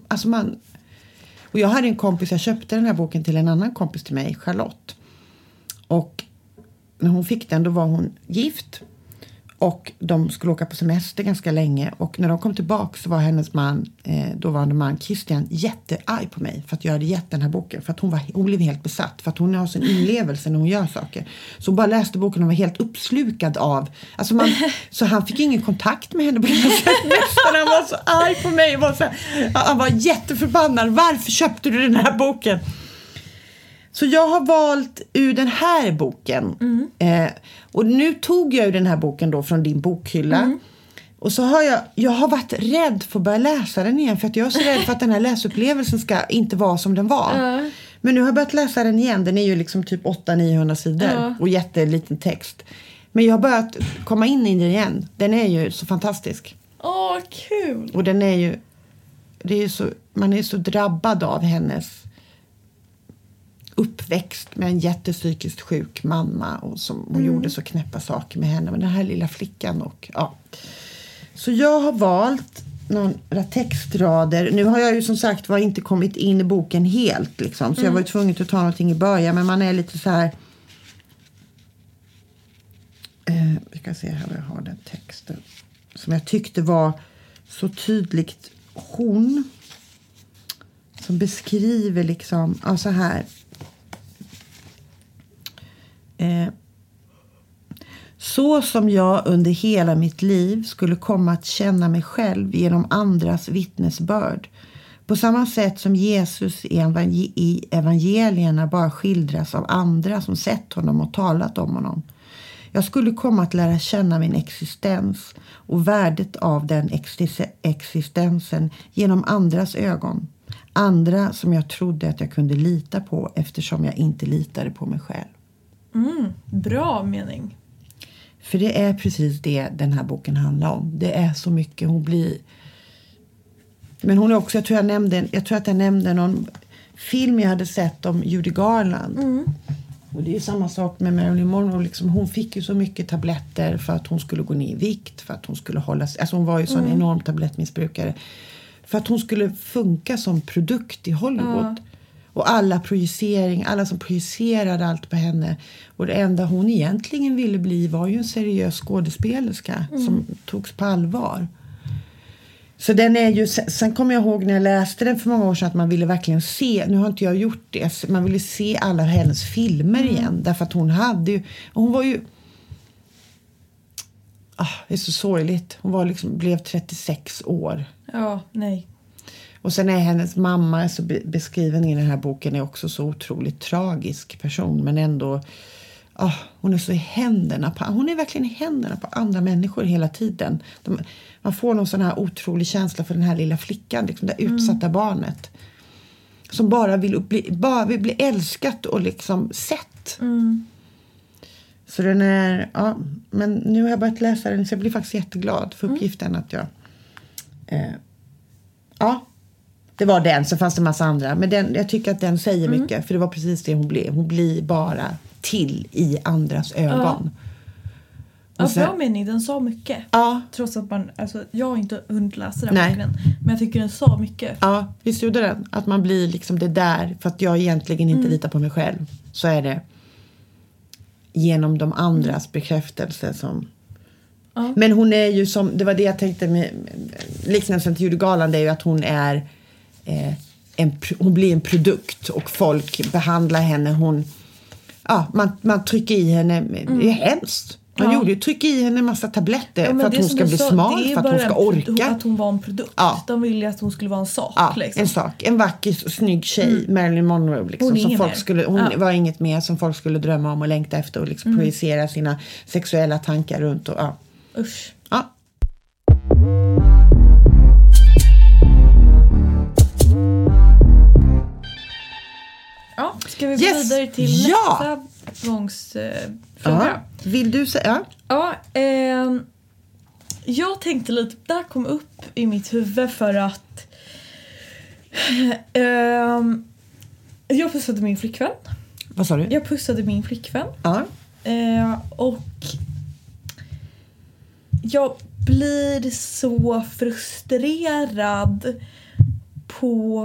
och jag hade en kompis, jag köpte den här boken till en annan kompis till mig, Charlotte. Och när hon fick den, då var hon gift. Och de skulle åka på semester ganska länge. Och när de kom tillbaka så var hennes man, dåvarande man Christian, jättearg på mig. För att jag hade gett den här boken. För att hon blev helt besatt. För att hon har sin inlevelse när hon gör saker. Så hon bara läste boken och var helt uppslukad av. Alltså så han fick ingen kontakt med henne på det här sättet. Nästan han var så arg på mig. Han var jätteförbannad. Varför köpte du den här boken? Så jag har valt ur den här boken. Och nu tog jag ju den här boken då från din bokhylla. Och så har jag har varit rädd för att börja läsa den igen. För att jag är så rädd för att den här läsupplevelsen ska inte vara som den var. Men nu har jag börjat läsa den igen. Den är ju liksom typ 800-900 sidor. Och jätteliten text. Men jag har börjat komma in i den igen. Den är ju så fantastisk. Åh, kul! Och den är ju, man är så drabbad av hennes uppväxt med en jättepsykiskt sjuk mamma och som hon gjorde så knäppa saker med henne, men den här lilla flickan och ja. Så jag har valt några textrader. Nu har jag ju som sagt inte kommit in i boken helt liksom. Så jag var ju tvungen att ta någonting i början. Men man är lite så här... vi ska se här vad jag har den texten. Som jag tyckte var så tydligt hon. Som beskriver liksom... Ja, så här... Så som jag under hela mitt liv skulle komma att känna mig själv genom andras vittnesbörd. På samma sätt som Jesus i evangelierna bara skildras av andra som sett honom och talat om honom. Jag skulle komma att lära känna min existens och värdet av den existensen genom andras ögon. Andra som jag trodde att jag kunde lita på eftersom jag inte litade på mig själv. Bra mening. För det är precis det den här boken handlar om. Det är så mycket hon blir... Men hon är också, jag tror att jag nämnde någon film jag hade sett om Judy Garland. Och det är ju samma sak med Marilyn Monroe. Liksom, hon fick ju så mycket tabletter för att hon skulle gå ner i vikt. För att hon skulle hålla sig... Alltså hon var ju så en enorm tablettmissbrukare. För att hon skulle funka som produkt i Hollywood. Och alla som projicerade allt på henne. Och det enda hon egentligen ville bli var ju en seriös skådespelerska. Som togs på allvar. Så den är ju... Sen kommer jag ihåg när jag läste den för många år sedan att man ville verkligen se... Nu har inte jag gjort det. Man ville se alla hennes filmer igen. Därför att hon hade ju... Hon var ju... det är så sorgligt. Hon var blev 36 år. Ja, nej. Och sen är hennes mamma så beskriven i den här boken är också så otroligt tragisk person. Men ändå, hon är så i händerna hon är verkligen i händerna på andra människor hela tiden. Man får någon sån här otrolig känsla för den här lilla flickan, liksom det utsatta barnet. Som bara vill bli älskat och liksom sett. Så den är, men nu har jag börjat läsa den så jag blir faktiskt jätteglad för uppgiften att jag... det var den, så fanns det en massa andra. Men jag tycker att den säger mycket. För det var precis det hon blev. Hon blir bara till i andras ögon. Ja, bra mening. Den sa mycket. Ja. Trots att jag har inte hunnit läsa den verkligen. Men jag tycker den sa mycket. Ja, visst gjorde den. Att man blir liksom det där. För att jag egentligen inte litar på mig själv. Så är det genom de andras bekräftelse som... Ja. Men hon är ju som... Det var det jag tänkte med liknelsen till Judy Garland är ju att hon är... hon blir en produkt och folk behandlar henne. Man trycker i henne. Det är hemskt. Man gjorde ju trycka i henne en massa tabletter för att hon ska bli smal, för att hon ska orka. Att hon var en produkt. De ville att hon skulle vara en sak. Liksom. En sak. En vacker, snygg tjej, Marilyn Monroe. Liksom, hon var inget mer som folk skulle drömma om och längta efter och liksom projicera sina sexuella tankar runt. Och, Usch. Ja. Ja, ska vi gå vidare till nästa gångs fråga? Vill du säga? Ja, jag tänkte lite, där kom upp i mitt huvud för att jag pussade min flickvän. Vad sa du? Jag pussade min flickvän. Ja. Och jag blir så frustrerad på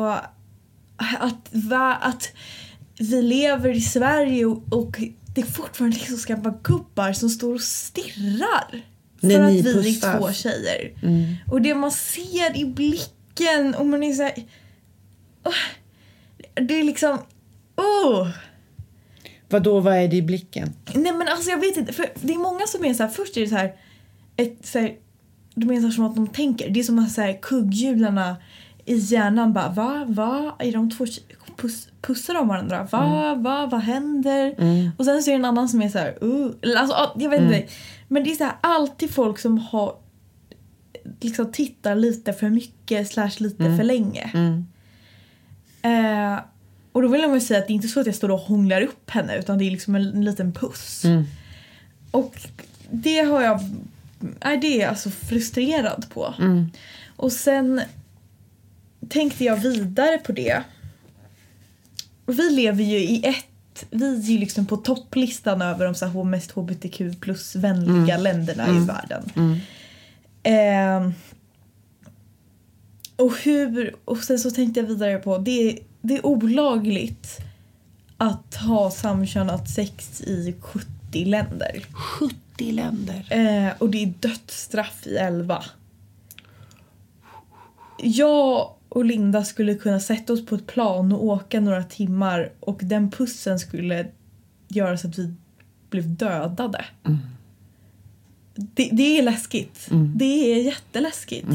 att vi lever i Sverige och det fortfarande liksom ska vara gubbar som står och stirrar för att vi är två tjejer. Och det man ser i blicken och man är så här, det är liksom vad är det i blicken? Nej men alltså jag vet inte, för det är många som är så här, först är det så här de är så som att de tänker, det är som att så här kugghjularna i hjärnan bara, va? Är de två pussar de varandra? Vad händer? Och sen så är det en annan som är så här, alltså jag vet inte. Men det är så här, alltid folk som har liksom tittar lite för mycket / lite för länge. Och då vill jag säga att det är inte så att jag står och hånglar upp henne, utan det är liksom en liten puss. Och det har jag det är alltså frustrerad på. Och sen tänkte jag vidare på det. Och vi lever ju vi är ju liksom på topplistan över de så här mest HBTQ plus vänliga länderna i världen. Och sen så tänkte jag vidare på det är olagligt att ha samkönat sex i 70 länder. 70 länder. Och det är dödsstraff i 11. Jag och Linda skulle kunna sätta oss på ett plan och åka några timmar, och den pussen skulle göra så att vi blev dödade. Det är läskigt. Det är jätteläskigt.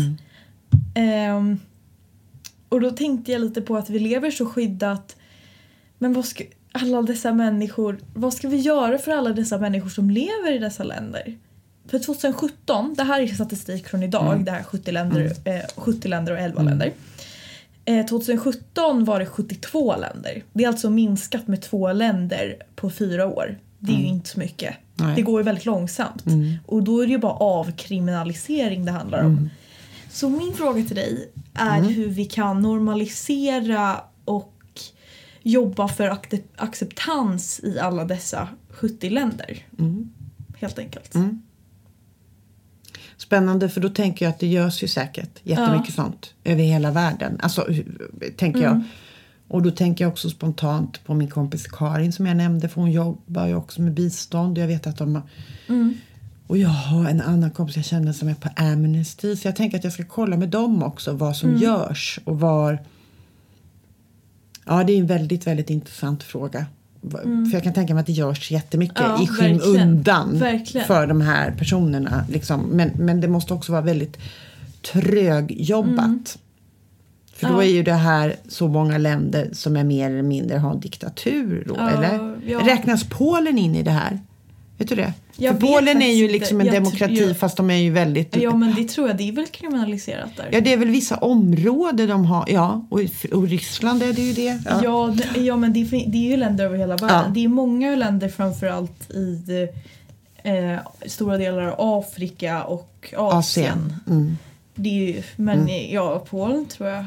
Och då tänkte jag lite på att vi lever så skyddat. Men vad ska vi göra för alla dessa människor som lever i dessa länder? För 2017, det här är statistik från idag, det här 70 länder och 11 länder. 2017 var det 72 länder. Det är alltså minskat med 2 länder på 4 år. Det är ju inte så mycket. Nej. Det går ju väldigt långsamt. Och då är det ju bara avkriminalisering det handlar om. Så min fråga till dig är hur vi kan normalisera och jobba för acceptans i alla dessa 70 länder. Helt enkelt. Spännande, för då tänker jag att det görs ju säkert jättemycket sånt över hela världen. Alltså, tänker jag. Och då tänker jag också spontant på min kompis Karin som jag nämnde. För hon jobbar ju också med bistånd. Jag vet att de... Och jag har en annan kompis jag känner som är på Amnesty. Så jag tänker att jag ska kolla med dem också vad som görs. Och var... Ja, det är en väldigt, väldigt intressant fråga. För jag kan tänka mig att det görs jättemycket i skymundan för de här personerna. Liksom. Men det måste också vara väldigt trögjobbat. För då är ju det här så många länder som är mer eller mindre har en diktatur då, eller? Ja. Räknas Polen in i det här? Vet du det? För Polen är ju liksom en demokrati fast de är ju väldigt... Ja, men det tror jag, det är väl kriminaliserat där. Ja, det är väl vissa områden de har, ja. Och Ryssland är det ju det. Ja, men det är ju länder över hela världen. Ja. Det är många länder framförallt i stora delar av Afrika och Asien. Det är ju, men Polen tror jag.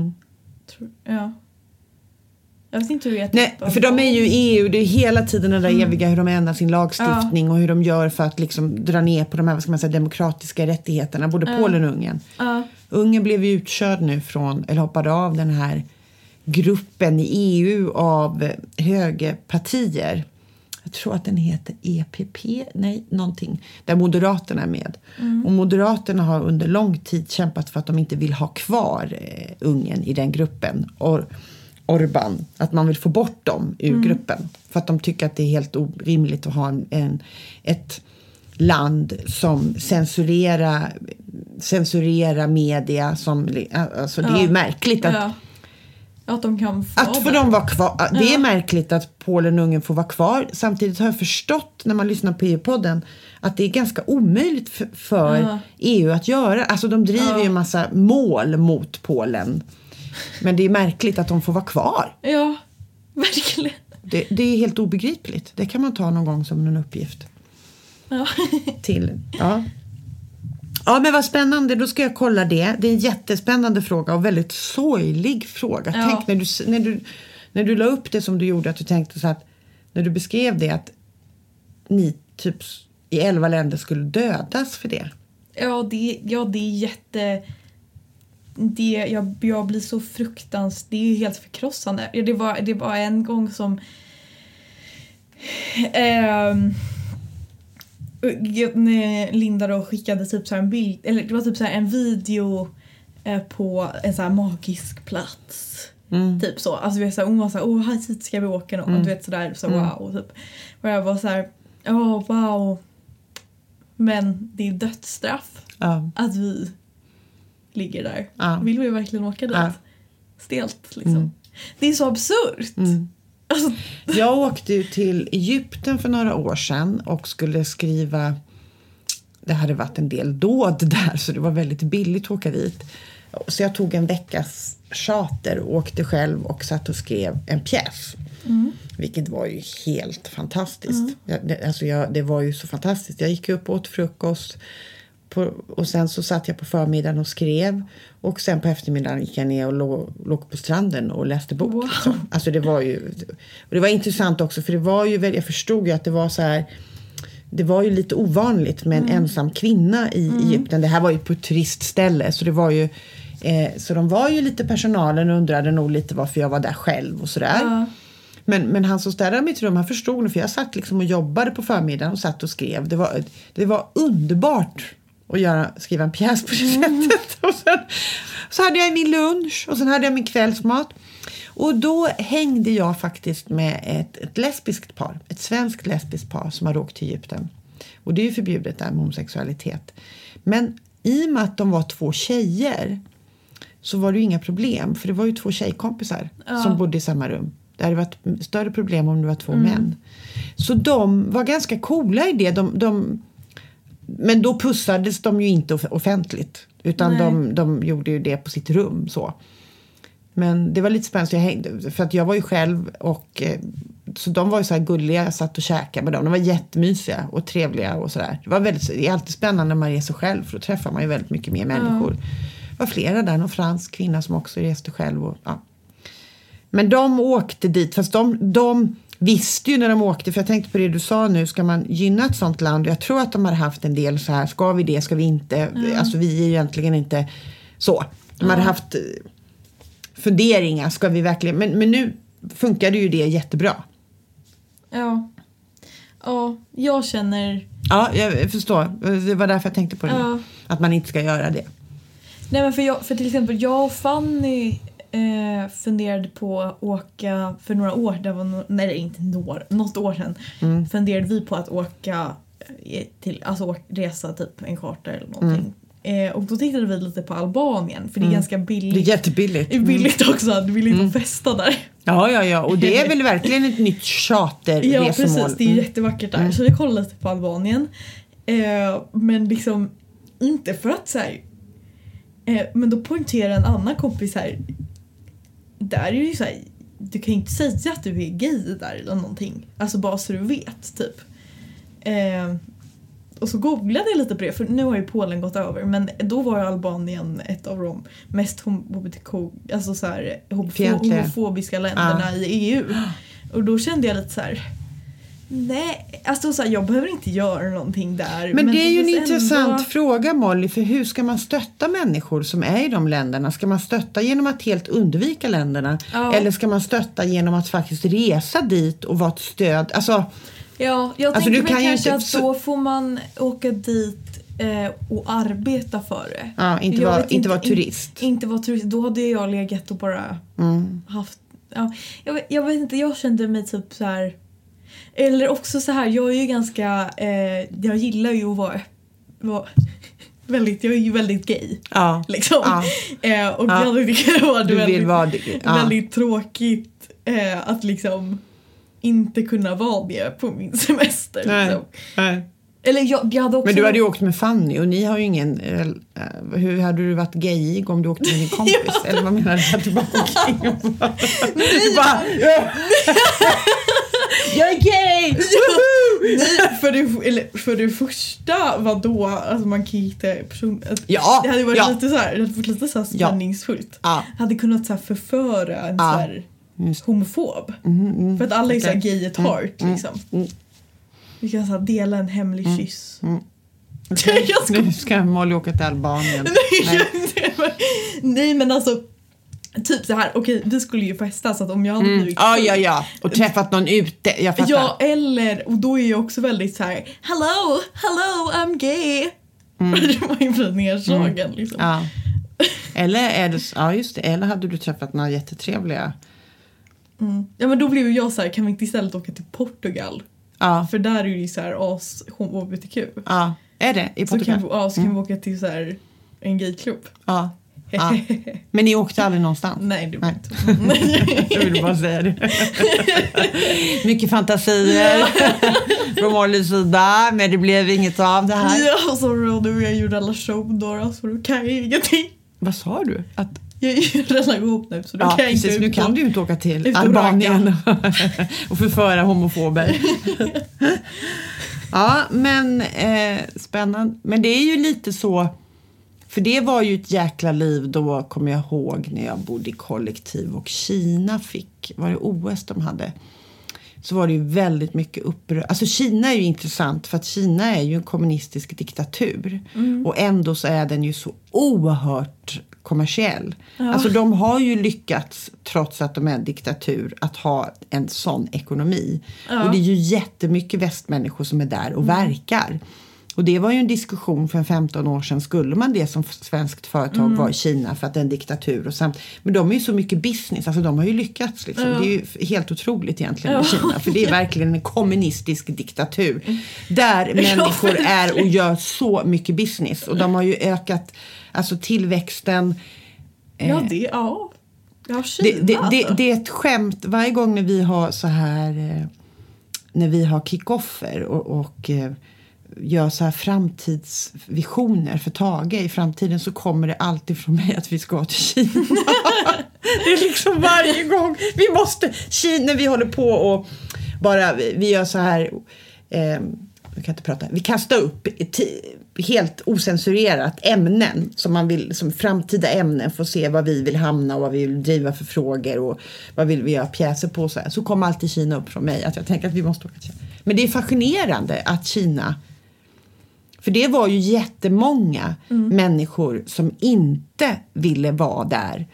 Jag vet inte hur det är. Nej, för de är ju EU, det är hela tiden den där eviga hur de ändrar sin lagstiftning och hur de gör för att liksom dra ner på de här, vad ska man säga, demokratiska rättigheterna, både Polen och Ungern. Ungern blev ju utkörd nu eller hoppade av den här gruppen i EU av högerpartier. Jag tror att den heter EPP, någonting, där Moderaterna är med. Och Moderaterna har under lång tid kämpat för att de inte vill ha kvar Ungern i den gruppen. Och Orbán, att man vill få bort dem ur gruppen. För att de tycker att det är helt orimligt att ha ett land som censurerar media. Alltså det är ju märkligt att de kan få dem vara kvar. Det är märkligt att Polen och Ungern får vara kvar. Samtidigt har jag förstått när man lyssnar på EU-podden att det är ganska omöjligt för EU att göra. Alltså de driver ju en massa mål mot Polen. Men det är märkligt att de får vara kvar. Ja, verkligen. Det är helt obegripligt. Det kan man ta någon gång som en uppgift. Ja, men vad spännande. Då ska jag kolla det. Det är en jättespännande fråga och väldigt sorglig fråga. Tänk när du la upp det som du gjorde, att du tänkte så att när du beskrev det att ni typ i 11 länder skulle dödas för det. Det är jätte... Jag blir så fruktansvärt... Det är ju helt förkrossande. Det var en gång som... Linda då skickade typ så här en bild... Eller det var typ så här en video på en så här magisk plats. Typ så. Alltså vi var så här, hon var så här, här hit ska vi åka någon. Du vet sådär, så wow. Typ. Och jag var så här, wow. Men det är dödsstraff att vi ligger där. Vill vi verkligen åka dit? Stelt liksom. Det är så absurt. Alltså. Jag åkte ju till Egypten för några år sedan och skulle skriva, det hade varit en del dåd där så det var väldigt billigt att åka dit. Så jag tog en veckas charter och åkte själv och satt och skrev en pjäs. Vilket var ju helt fantastiskt. Det var ju så fantastiskt. Jag gick upp och åt frukost och sen så satt jag på förmiddagen och skrev. Och sen på eftermiddagen gick jag ner och låg på stranden och läste bok. Wow. Liksom. Alltså det var ju... Och det var intressant också för det var ju... Jag förstod ju att det var så här... Det var ju lite ovanligt med en ensam kvinna i Egypten. Det här var ju på ett turistställe så det var ju Så de var ju lite, personalen undrade nog lite varför jag var där själv och sådär. Ja. Men han som städade mitt rum, han förstod nog, för jag satt liksom och jobbade på förmiddagen och satt och skrev. Det var underbart att skriva en pjäs på det sättet. Och sen så hade jag min lunch och sen hade jag min kvällsmat. Och då hängde jag faktiskt med ett lesbiskt par, ett svenskt lesbiskt par som har åkt till Egypten. Och det är ju förbjudet där med homosexualitet. Men i och med att de var 2 tjejer så var det ju inga problem. För det var ju 2 tjejkompisar som bodde i samma rum. Det hade varit större problem om det var 2 män. Så de var ganska coola i det. Men då pussades de ju inte offentligt. Utan de gjorde ju det på sitt rum så. Men det var lite spännande, jag hängde, för att jag var ju själv och så de var ju så här gulliga, jag satt och käkade med dem. De var jättemysiga och trevliga och sådär. Det är alltid spännande när man reser själv, för då träffar man ju väldigt mycket mer människor. Det var flera där, någon fransk kvinna som också reste själv. Och, ja. Men de åkte dit, fast de visste ju när de åkte, för jag tänkte på det du sa nu, ska man gynna ett sånt land? Och jag tror att de hade haft en del så här, ska vi det, ska vi inte? Alltså vi är ju egentligen inte så. De hade haft funderingar, ska vi verkligen, men nu funkade ju det jättebra. Ja, jag känner... Ja, jag förstår. Det var därför jag tänkte på det. Ja. Att man inte ska göra det. Nej, men för till exempel jag och Fanny funderade på att åka för några år, det var något år sedan, funderade vi på att åka till, alltså resa typ en charter eller någonting. Och då tittade vi lite på Albanien, för det är ganska billigt. Det är jättebilligt. Det är billigt också, du vill inte festa där. Ja, och det är väl verkligen ett nytt charterresmål. Ja, precis, det är jättevackert där. Så vi kollade lite på Albanien. Men liksom, inte för att så här, men då poängterar en annan kompis här, där är ju så här, du kan ju inte säga att du är gay där eller någonting. Alltså bara så du vet, typ. Och så googlade jag lite på det, för nu har ju Polen gått över, men då var ju Albanien ett av de mest alltså så här, homofobiska länderna i EU. Och då kände jag lite så här, nej, alltså så här, jag behöver inte göra någonting där. Men det är ju en intressant fråga, Molly, för hur ska man stötta människor som är i de länderna? Ska man stötta genom att helt undvika länderna? Eller ska man stötta genom att faktiskt resa dit och vara ett stöd? Alltså... Ja, jag tänker mig kanske att då får man åka dit och arbeta för det. Ja, inte vara turist. Inte vara turist. Då hade jag legat och bara haft... Ja, jag vet inte, jag kände mig typ så här... Eller också så här, jag är ju ganska... jag gillar ju att vara väldigt... Jag är ju väldigt gay. Ja. Liksom. Ja. Och jag tycker det var väldigt tråkigt att liksom... inte kunna vara det på min semester. Nej. Eller jag hade också... Men du hade ju åkt med Fanny och ni har ju ingen... hur hade du varit gay om du åkte med din kompis? Eller vad menar du? Att du bara omkring och bara... Du bara... Jag är gay! Nej, för det första var då... Alltså man kan hitta person... Ja! Det hade varit lite så här... Det hade varit lite så här spänningsfullt. Ja. Hade kunnat så här förföra en så här... homofob. För att alla är så här gay at heart liksom. Vi kan så här dela en hemlig kyss. Okay. Nu ska Molly åka till Albanien. Nej, men alltså typ så här, okej, vi skulle ju festa, så att om jag hade blivit ja, och träffat någon ute, jag fattar. Ja, eller, och då är jag också väldigt så här, hello, I'm gay. Det var ju för nedslagen liksom. Ja. Eller är det, ja just det, eller hade du träffat några jättetrevliga? Ja, men då blev jag så här, kan vi inte istället åka till Portugal? Ja. För där är det ju så här HBTQ. Ja, är det i Portugal? Så kan vi åka till så här en gayklubb. Ja. Ja. Men ni åkte aldrig någonstans? Nej, det var inte. Jag vill bara säga det. Mycket fantasier från Mollys sida, men det blev inget av det här. Ja, så nu är jag ju relation då, så då kan jag ingenting. Vad sa du? Att jag är ju relation nu, så då kan jag precis, inte. Nu kan du ju inte åka till Albanien och förföra homofober. Ja, men spännande. Men det är ju lite så, för det var ju ett jäkla liv då, kommer jag ihåg, när jag bodde i kollektiv och Kina var det OS de hade. så var det ju väldigt mycket Alltså Kina är ju intressant för att Kina är ju en kommunistisk diktatur. Och ändå så är den ju så oerhört kommersiell. Ja. Alltså de har ju lyckats, trots att de är en diktatur, att ha en sån ekonomi. Ja. Och det är ju jättemycket västmänniskor som är där och verkar. Och det var ju en diskussion för 15 år sedan. Skulle man det som svenskt företag vara i Kina för att det är en diktatur? Men de är ju så mycket business. Alltså de har ju lyckats. Liksom. Det är ju helt otroligt egentligen med Kina. För det är verkligen en kommunistisk diktatur. Där människor är och gör så mycket business. Och de har ju ökat alltså tillväxten. Ja, Kina, det är ett skämt. Varje gång när vi har så här... när vi har kick-offer och gör så här framtidsvisioner för Tage i framtiden, så kommer det alltid från mig att vi ska till Kina. Det är liksom varje gång. Vi måste, Kina, vi håller på och bara, vi gör så här, jag kan inte prata, vi kastar upp helt osensurerat ämnen som man vill, som framtida ämnen, för att se vad vi vill hamna och vad vi vill driva för frågor och vad vill vi göra pjäser på så här. Så kommer alltid Kina upp från mig att jag tänker att vi måste åka till Kina. Men det är fascinerande att Kina, för det var ju jättemånga människor som inte ville vara där.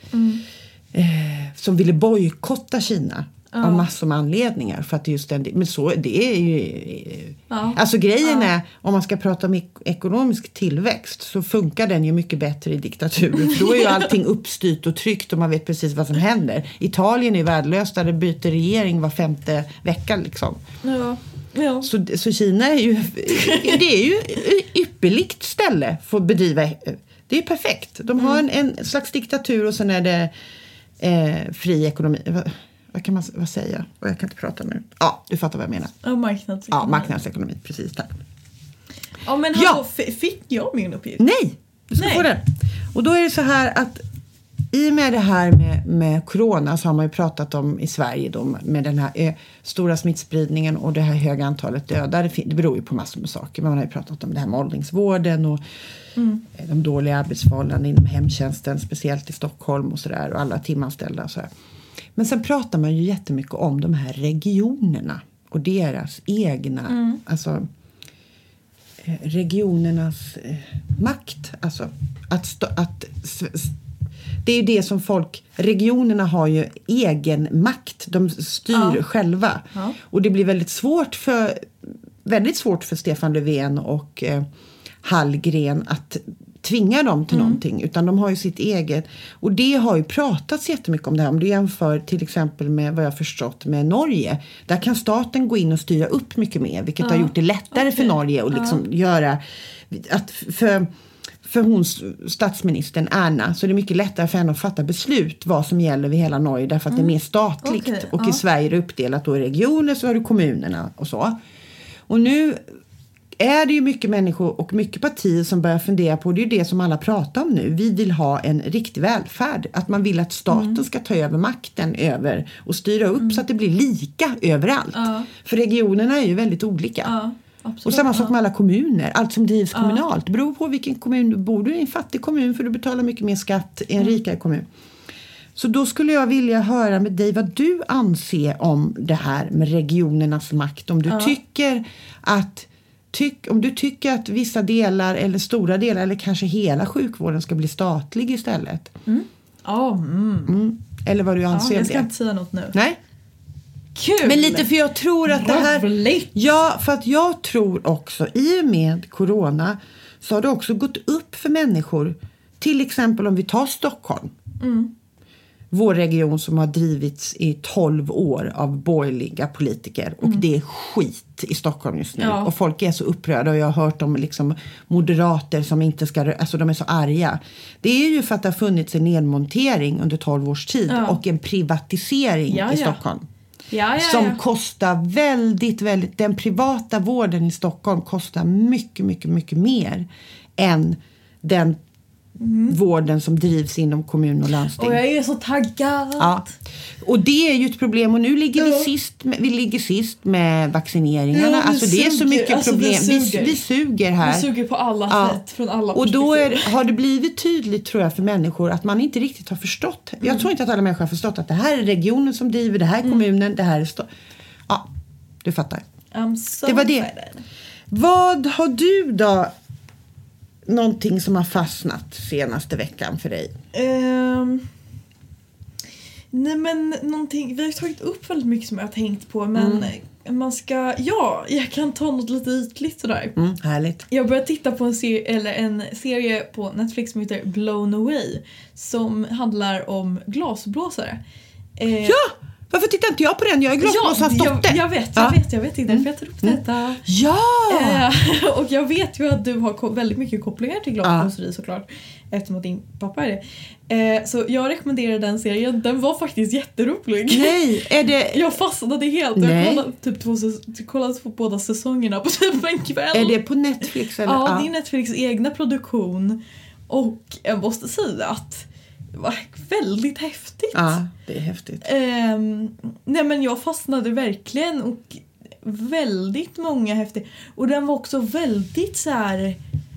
Som ville bojkotta Kina av massor med anledningar. För att just men så, det är ju... Alltså grejen är, om man ska prata om ekonomisk tillväxt, så funkar den ju mycket bättre i diktaturer. För då är ju allting uppstyrt och tryckt och man vet precis vad som händer. Italien är värdelöst, där det byter regering var 5:e vecka liksom. Ja. Så Kina är ju, det är ju ypperligt ställe för att bedriva, det är perfekt. De har en slags diktatur och sen är det fri ekonomi. Vad kan man säga? Och jag kan inte prata nu. Ja, du fattar vad jag menar. Ja, marknadsekonomi. Ja, marknadsekonomi, precis, tack. Ja, men hallå, fick jag min uppgift? Nej, du ska få den. Och då är det så här att i och med det här med corona, så har man ju pratat om i Sverige då, med den här stora smittspridningen och det här höga antalet döda. Det beror ju på massor med saker. Man har ju pratat om det här med åldringsvården och de dåliga arbetsförhållandena inom hemtjänsten, speciellt i Stockholm och sådär, och alla timanställda och så här. Men sen pratar man ju jättemycket om de här regionerna och deras egna, alltså regionernas makt. Alltså det är ju det som regionerna har ju egen makt. De styr själva. Ja. Och det blir väldigt svårt för Stefan Löfven och Hallgren att tvinga dem till någonting. Utan de har ju sitt eget. Och det har ju pratats jättemycket om det här. Om du jämför till exempel med vad jag förstått med Norge. Där kan staten gå in och styra upp mycket mer. Vilket har gjort det lättare för Norge att liksom göra... För hon, statsministern Erna, så är det mycket lättare för henne att fatta beslut vad som gäller vid hela Norge, därför att det är mer statligt. Okay, och i Sverige är det uppdelat då i regioner, så har du kommunerna och så. Och nu är det ju mycket människor och mycket partier som börjar fundera på, det är ju det som alla pratar om nu. Vi vill ha en riktig välfärd. Att man vill att staten ska ta över makten över och styra upp så att det blir lika överallt. För regionerna är ju väldigt olika. Absolut, och samma sak med alla kommuner. Allt som drivs kommunalt. Det beror på vilken kommun du bor. Du är i en fattig kommun för du betalar mycket mer skatt i en rikare kommun. Så då skulle jag vilja höra med dig vad du anser om det här med regionernas makt. Om du tycker att vissa delar eller stora delar eller kanske hela sjukvården ska bli statlig istället. Eller vad du anser. Jag ska inte säga något nu. Nej. Kul. Men lite, för jag tror att det här... Ja, för att jag tror också, i och med corona så har det också gått upp för människor. Till exempel om vi tar Stockholm. Vår region som har drivits i 12 år av borgerliga politiker. Och det är skit i Stockholm just nu. Och folk är så upprörda, och jag har hört om liksom moderater som inte ska... Alltså de är så arga. Det är ju för att det har funnits en nedmontering under 12 års tid. Och en privatisering i Stockholm. Som kostar väldigt, väldigt... Den privata vården i Stockholm kostar mycket, mycket, mycket mer än den vården som drivs inom kommun och landsting. Och jag är så taggad. Ja. Och det är ju ett problem. Och nu ligger vi ligger sist med vaccineringarna. Alltså det är så mycket problem. Vi suger här. Vi suger på alla sätt. Från alla och då har det blivit tydligt, tror jag, för människor att man inte riktigt har förstått. Jag tror inte att alla människor har förstått att det här är regionen som driver, det här är kommunen, det här är Du fattar. I'm so Det var det. excited. Vad har du då, någonting som har fastnat senaste veckan för dig? Nej men någonting, vi har tagit upp väldigt mycket som jag har tänkt på, men man ska, jag kan ta något lite ytligt sådär. Härligt. Jag började titta på en serie på Netflix som heter Blown Away, som handlar om glasblåsare. Ja! Varför tittar inte jag på den? Jag är glasblåsarens dotter. Jag vet inte därför jag tar upp detta. Ja! Och jag vet ju att du har väldigt mycket kopplingar till glasblåseri såklart, eftersom att din pappa är det. Så jag rekommenderar den serien. Den var faktiskt jätterolig. Nej, är det... Jag fastnade helt. Jag kollade på båda säsongerna på typ en kväll. Är det på Netflix? Eller? Ja, det är Netflix egna produktion. Och jag måste säga att det var väldigt häftigt. Ja, det är häftigt. Nej men jag fastnade verkligen, och väldigt många häftiga. Och den var också väldigt så här.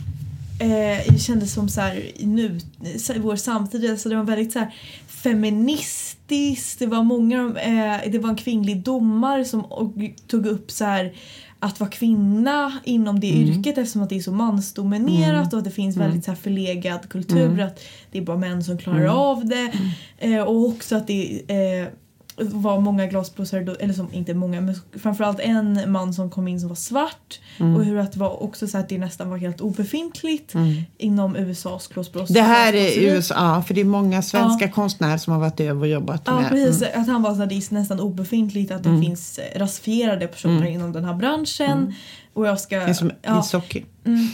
Det kändes som så här nu vår samtid, så det var väldigt så här feministiskt. Det var många det var en kvinnlig domare som tog upp så här att vara kvinna inom det yrket, eftersom att det är så mansdominerat och att det finns väldigt så här förlegad kultur att det är bara män som klarar av det. Och också att det var många glasblåsare, eller som inte många, men framförallt en man som kom in som var svart, och hur att det var också så att det nästan var helt obefintligt inom USAs glasblåsare. Det här är USA, för det är många svenska konstnärer som har varit över och jobbat med. Ja, precis. Att han var så att det är nästan obefintligt att det finns rasifierade personer inom den här branschen. Och jag ska... Det är som ishockey.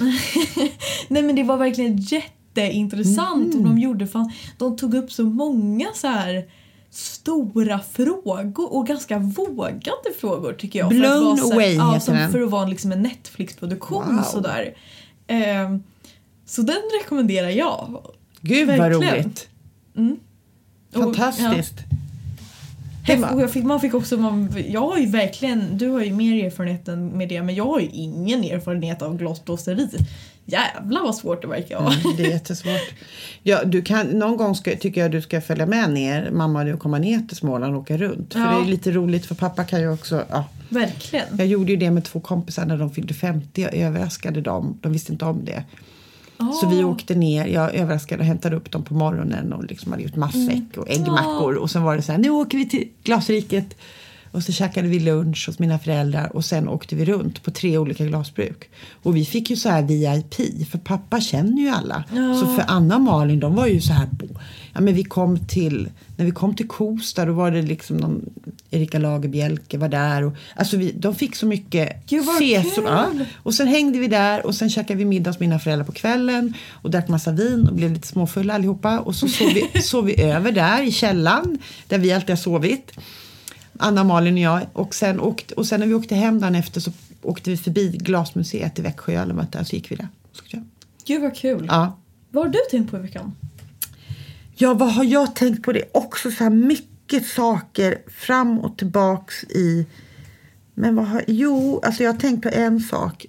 Nej, men det var verkligen jätteintressant. Och de tog upp så många så här stora frågor och ganska vågade frågor, tycker jag. Blown Away heter den. För att vara liksom en Netflix-produktion sådär. Så den rekommenderar jag. Gud verkligen. Vad roligt. Fantastiskt. Man fick också, jag har ju verkligen, du har ju mer erfarenhet med det, men jag har ju ingen erfarenhet av glasblåseri. Jävlar vad svårt det verkar. Det är jättesvårt. Ja, du kan, någon gång tycker jag du ska följa med ner, mamma och du, komma ner till Småland och åka runt. För det är lite roligt, för pappa kan ju också... Ja. Verkligen. Jag gjorde ju det med 2 kompisar när de fyllde 50. Jag överraskade dem. De visste inte om det. Så vi åkte ner, jag överraskade och hämtade upp dem på morgonen och liksom hade gjort matsäck och äggmackor. Och sen var det så här, nu åker vi till Glasriket. Och så käkade vi lunch hos mina föräldrar och sen åkte vi runt på 3 olika glasbruk. Och vi fick ju så här VIP, för pappa känner ju alla. Så för Anna och Malin, de var ju så här, men när vi kom till Kosta, då var det liksom någon Erika Lagerbjälke var där. Och, alltså de fick så mycket och sen hängde vi där och sen käkade vi middag hos mina föräldrar på kvällen och drack massa vin och blev lite småfulla allihopa. Och så sov vi över där i källan där vi alltid har sovit. Anna, Malin och jag. Och sen när vi åkte hem dagen efter så åkte vi förbi Glasmuseet i Växjö. Eller vad där, så gick vi där. Gud vad kul. Ja. Vad har du tänkt på i veckan? Ja, vad har jag tänkt på? Det också så här mycket saker fram och tillbaks i... Men alltså jag har tänkt på en sak.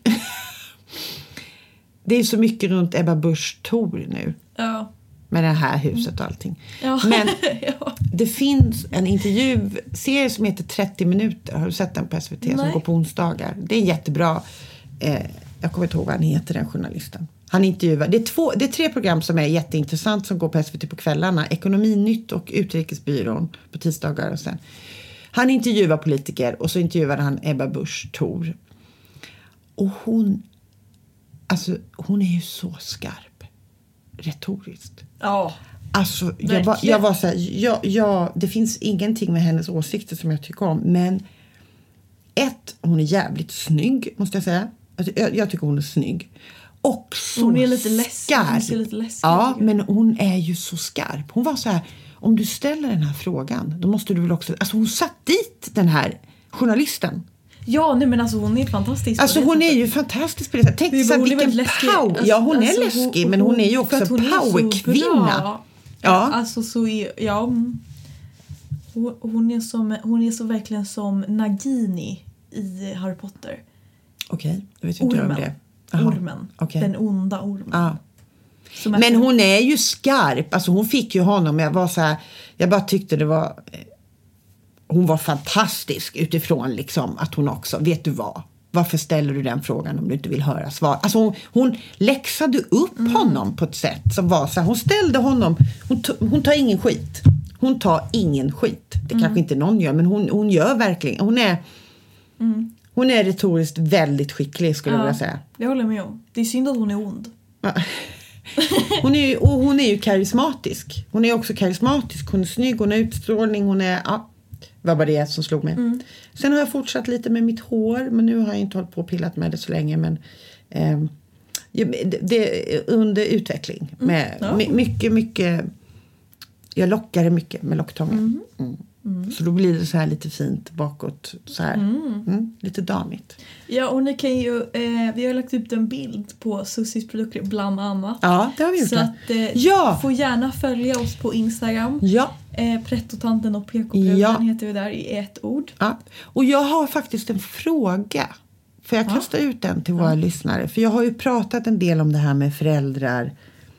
Det är så mycket runt Ebba Busch Thor nu. Ja. Med det här huset och allting. Ja. Men det finns en intervjuserie som heter 30 minuter. Har du sett den på SVT? Nej. Som går på onsdagar. Det är jättebra. Jag kommer inte ihåg vad han heter, den journalisten. Han intervjuar. Det är 3 program som är jätteintressant som går på SVT på kvällarna. Ekonominytt och Utrikesbyrån på tisdagar och sen. Han intervjuar politiker och så intervjuade han Ebba Busch Thor. Och hon är ju så skarp. Retoriskt. Ja. Alltså, jag var så här, det finns ingenting med hennes åsikter som jag tycker om, men hon är jävligt snygg, måste jag säga. Alltså, jag tycker hon är snygg. Och så hon är lite skarp. Hon ser lite läskig. Ja, men hon är ju så skarp. Hon var så här, om du ställer den här frågan, då måste du väl också... Alltså hon satt dit den här journalisten. Ja, nej men alltså hon är fantastisk. Alltså hon är ju fantastisk på det sättet. Tänk så vilken power. Ja, hon är läskig, men hon är ju också powerkvinna. Ja. Alltså så är hon är så verkligen som Nagini i Harry Potter. Okej, jag vet inte om det. Ormen. Okay. Den onda ormen. Ja. Men hon är ju skarp. Alltså hon fick ju honom. Jag bara tyckte det var... hon var fantastisk utifrån liksom att hon också, vet du vad? Varför ställer du den frågan om du inte vill höra svar? Alltså hon läxade upp honom på ett sätt som var så här, hon ställde honom, hon tar ingen skit. Hon tar ingen skit. Det kanske inte någon gör, men hon gör verkligen, hon är retoriskt väldigt skicklig skulle jag vilja säga. Jag håller med om. Det är synd att hon är ond. Hon är ju karismatisk. Hon är också karismatisk. Hon är snygg, hon har utstrålning, hon är... Ja, vad var det som slog mig. Sen har jag fortsatt lite med mitt hår. Men nu har jag inte hållit på och pillat med det så länge. Men det är under utveckling. Mycket... Jag lockar det mycket med locktången. Så då blir det så här lite fint bakåt. Så här. Lite damigt. Ja, och ni kan ju... vi har lagt upp en bild på Sussies produkter bland annat. Ja, det har vi gjort. Så att får gärna följa oss på Instagram. Ja. Prettotanten och PK-bruden heter vi där i ett ord. Ja. Och jag har faktiskt en fråga. Får jag kasta ut den till våra lyssnare? För jag har ju pratat en del om det här med föräldrar.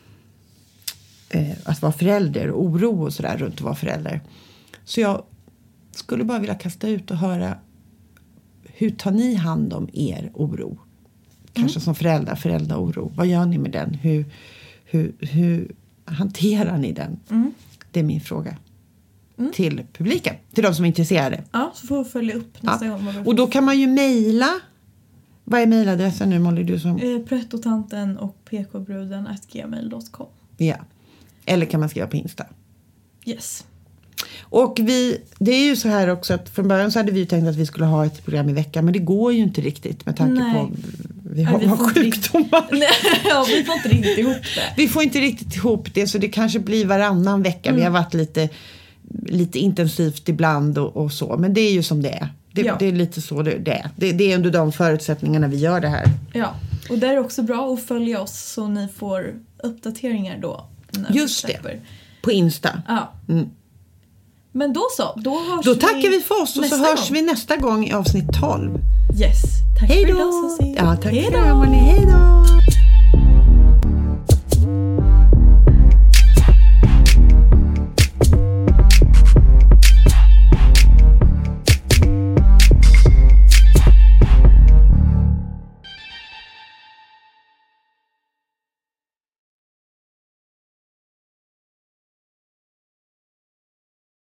Att vara förälder och oro och sådär runt att vara förälder. Så jag skulle bara vilja kasta ut och höra, hur tar ni hand om er oro? Kanske som föräldraoro. Vad gör ni med den? Hur hanterar ni den? Det är min fråga till publiken. Till de som är intresserade. Ja, så får vi följa upp nästa gång. Och då kan man ju mejla. Vad är mejladressen nu, Molly? Du som... Prettotanten och pkbruden@gmail.com. Ja. Eller kan man skriva på Insta. Yes. Och det är ju så här också att från början så hade vi ju tänkt att vi skulle ha ett program i veckan. Men det går ju inte riktigt med tanke på vi har sjukdomar. Ja, vi får inte riktigt ihop det. Vi får inte riktigt ihop det, så det kanske blir varannan vecka. Vi har varit lite intensivt ibland och så. Men det är ju som det är. Det är lite så det är. Det är under de förutsättningarna vi gör det här. Ja, och det är också bra att följa oss så ni får uppdateringar då. Just det, på Insta. Ja. Men då så, då tackar vi för oss och så hörs vi nästa gång i avsnitt 12. Yes, tack för idag Susie. Ja, tack för idag. Hej då.